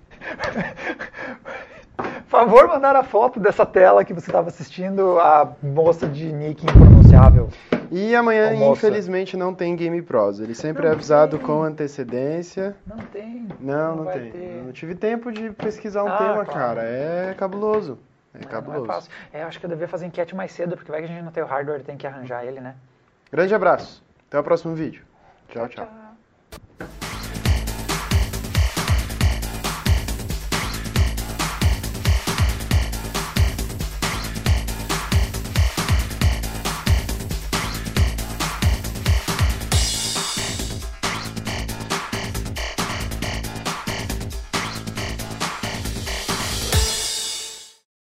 Speaker 2: Favor mandar a foto dessa tela que você estava assistindo, a moça de nick impronunciável.
Speaker 1: E amanhã,
Speaker 2: Ô, moça.
Speaker 1: infelizmente, não tem Game Pros. Ele sempre
Speaker 2: Não
Speaker 1: é avisado
Speaker 2: tem.
Speaker 1: com antecedência.
Speaker 2: Não tem.
Speaker 1: Não, não,
Speaker 2: vai
Speaker 1: tem.
Speaker 2: ter.
Speaker 1: Eu não tive tempo de pesquisar um
Speaker 2: Ah,
Speaker 1: tema,
Speaker 2: claro.
Speaker 1: cara. É cabuloso. É
Speaker 2: Não,
Speaker 1: cabuloso.
Speaker 2: não é fácil. É, eu acho que eu devia fazer enquete mais cedo, porque vai que a gente não tem o hardware e tem que arranjar ele, né?
Speaker 1: Grande abraço. Até o próximo vídeo. Tchau, tchau.
Speaker 2: Tchau.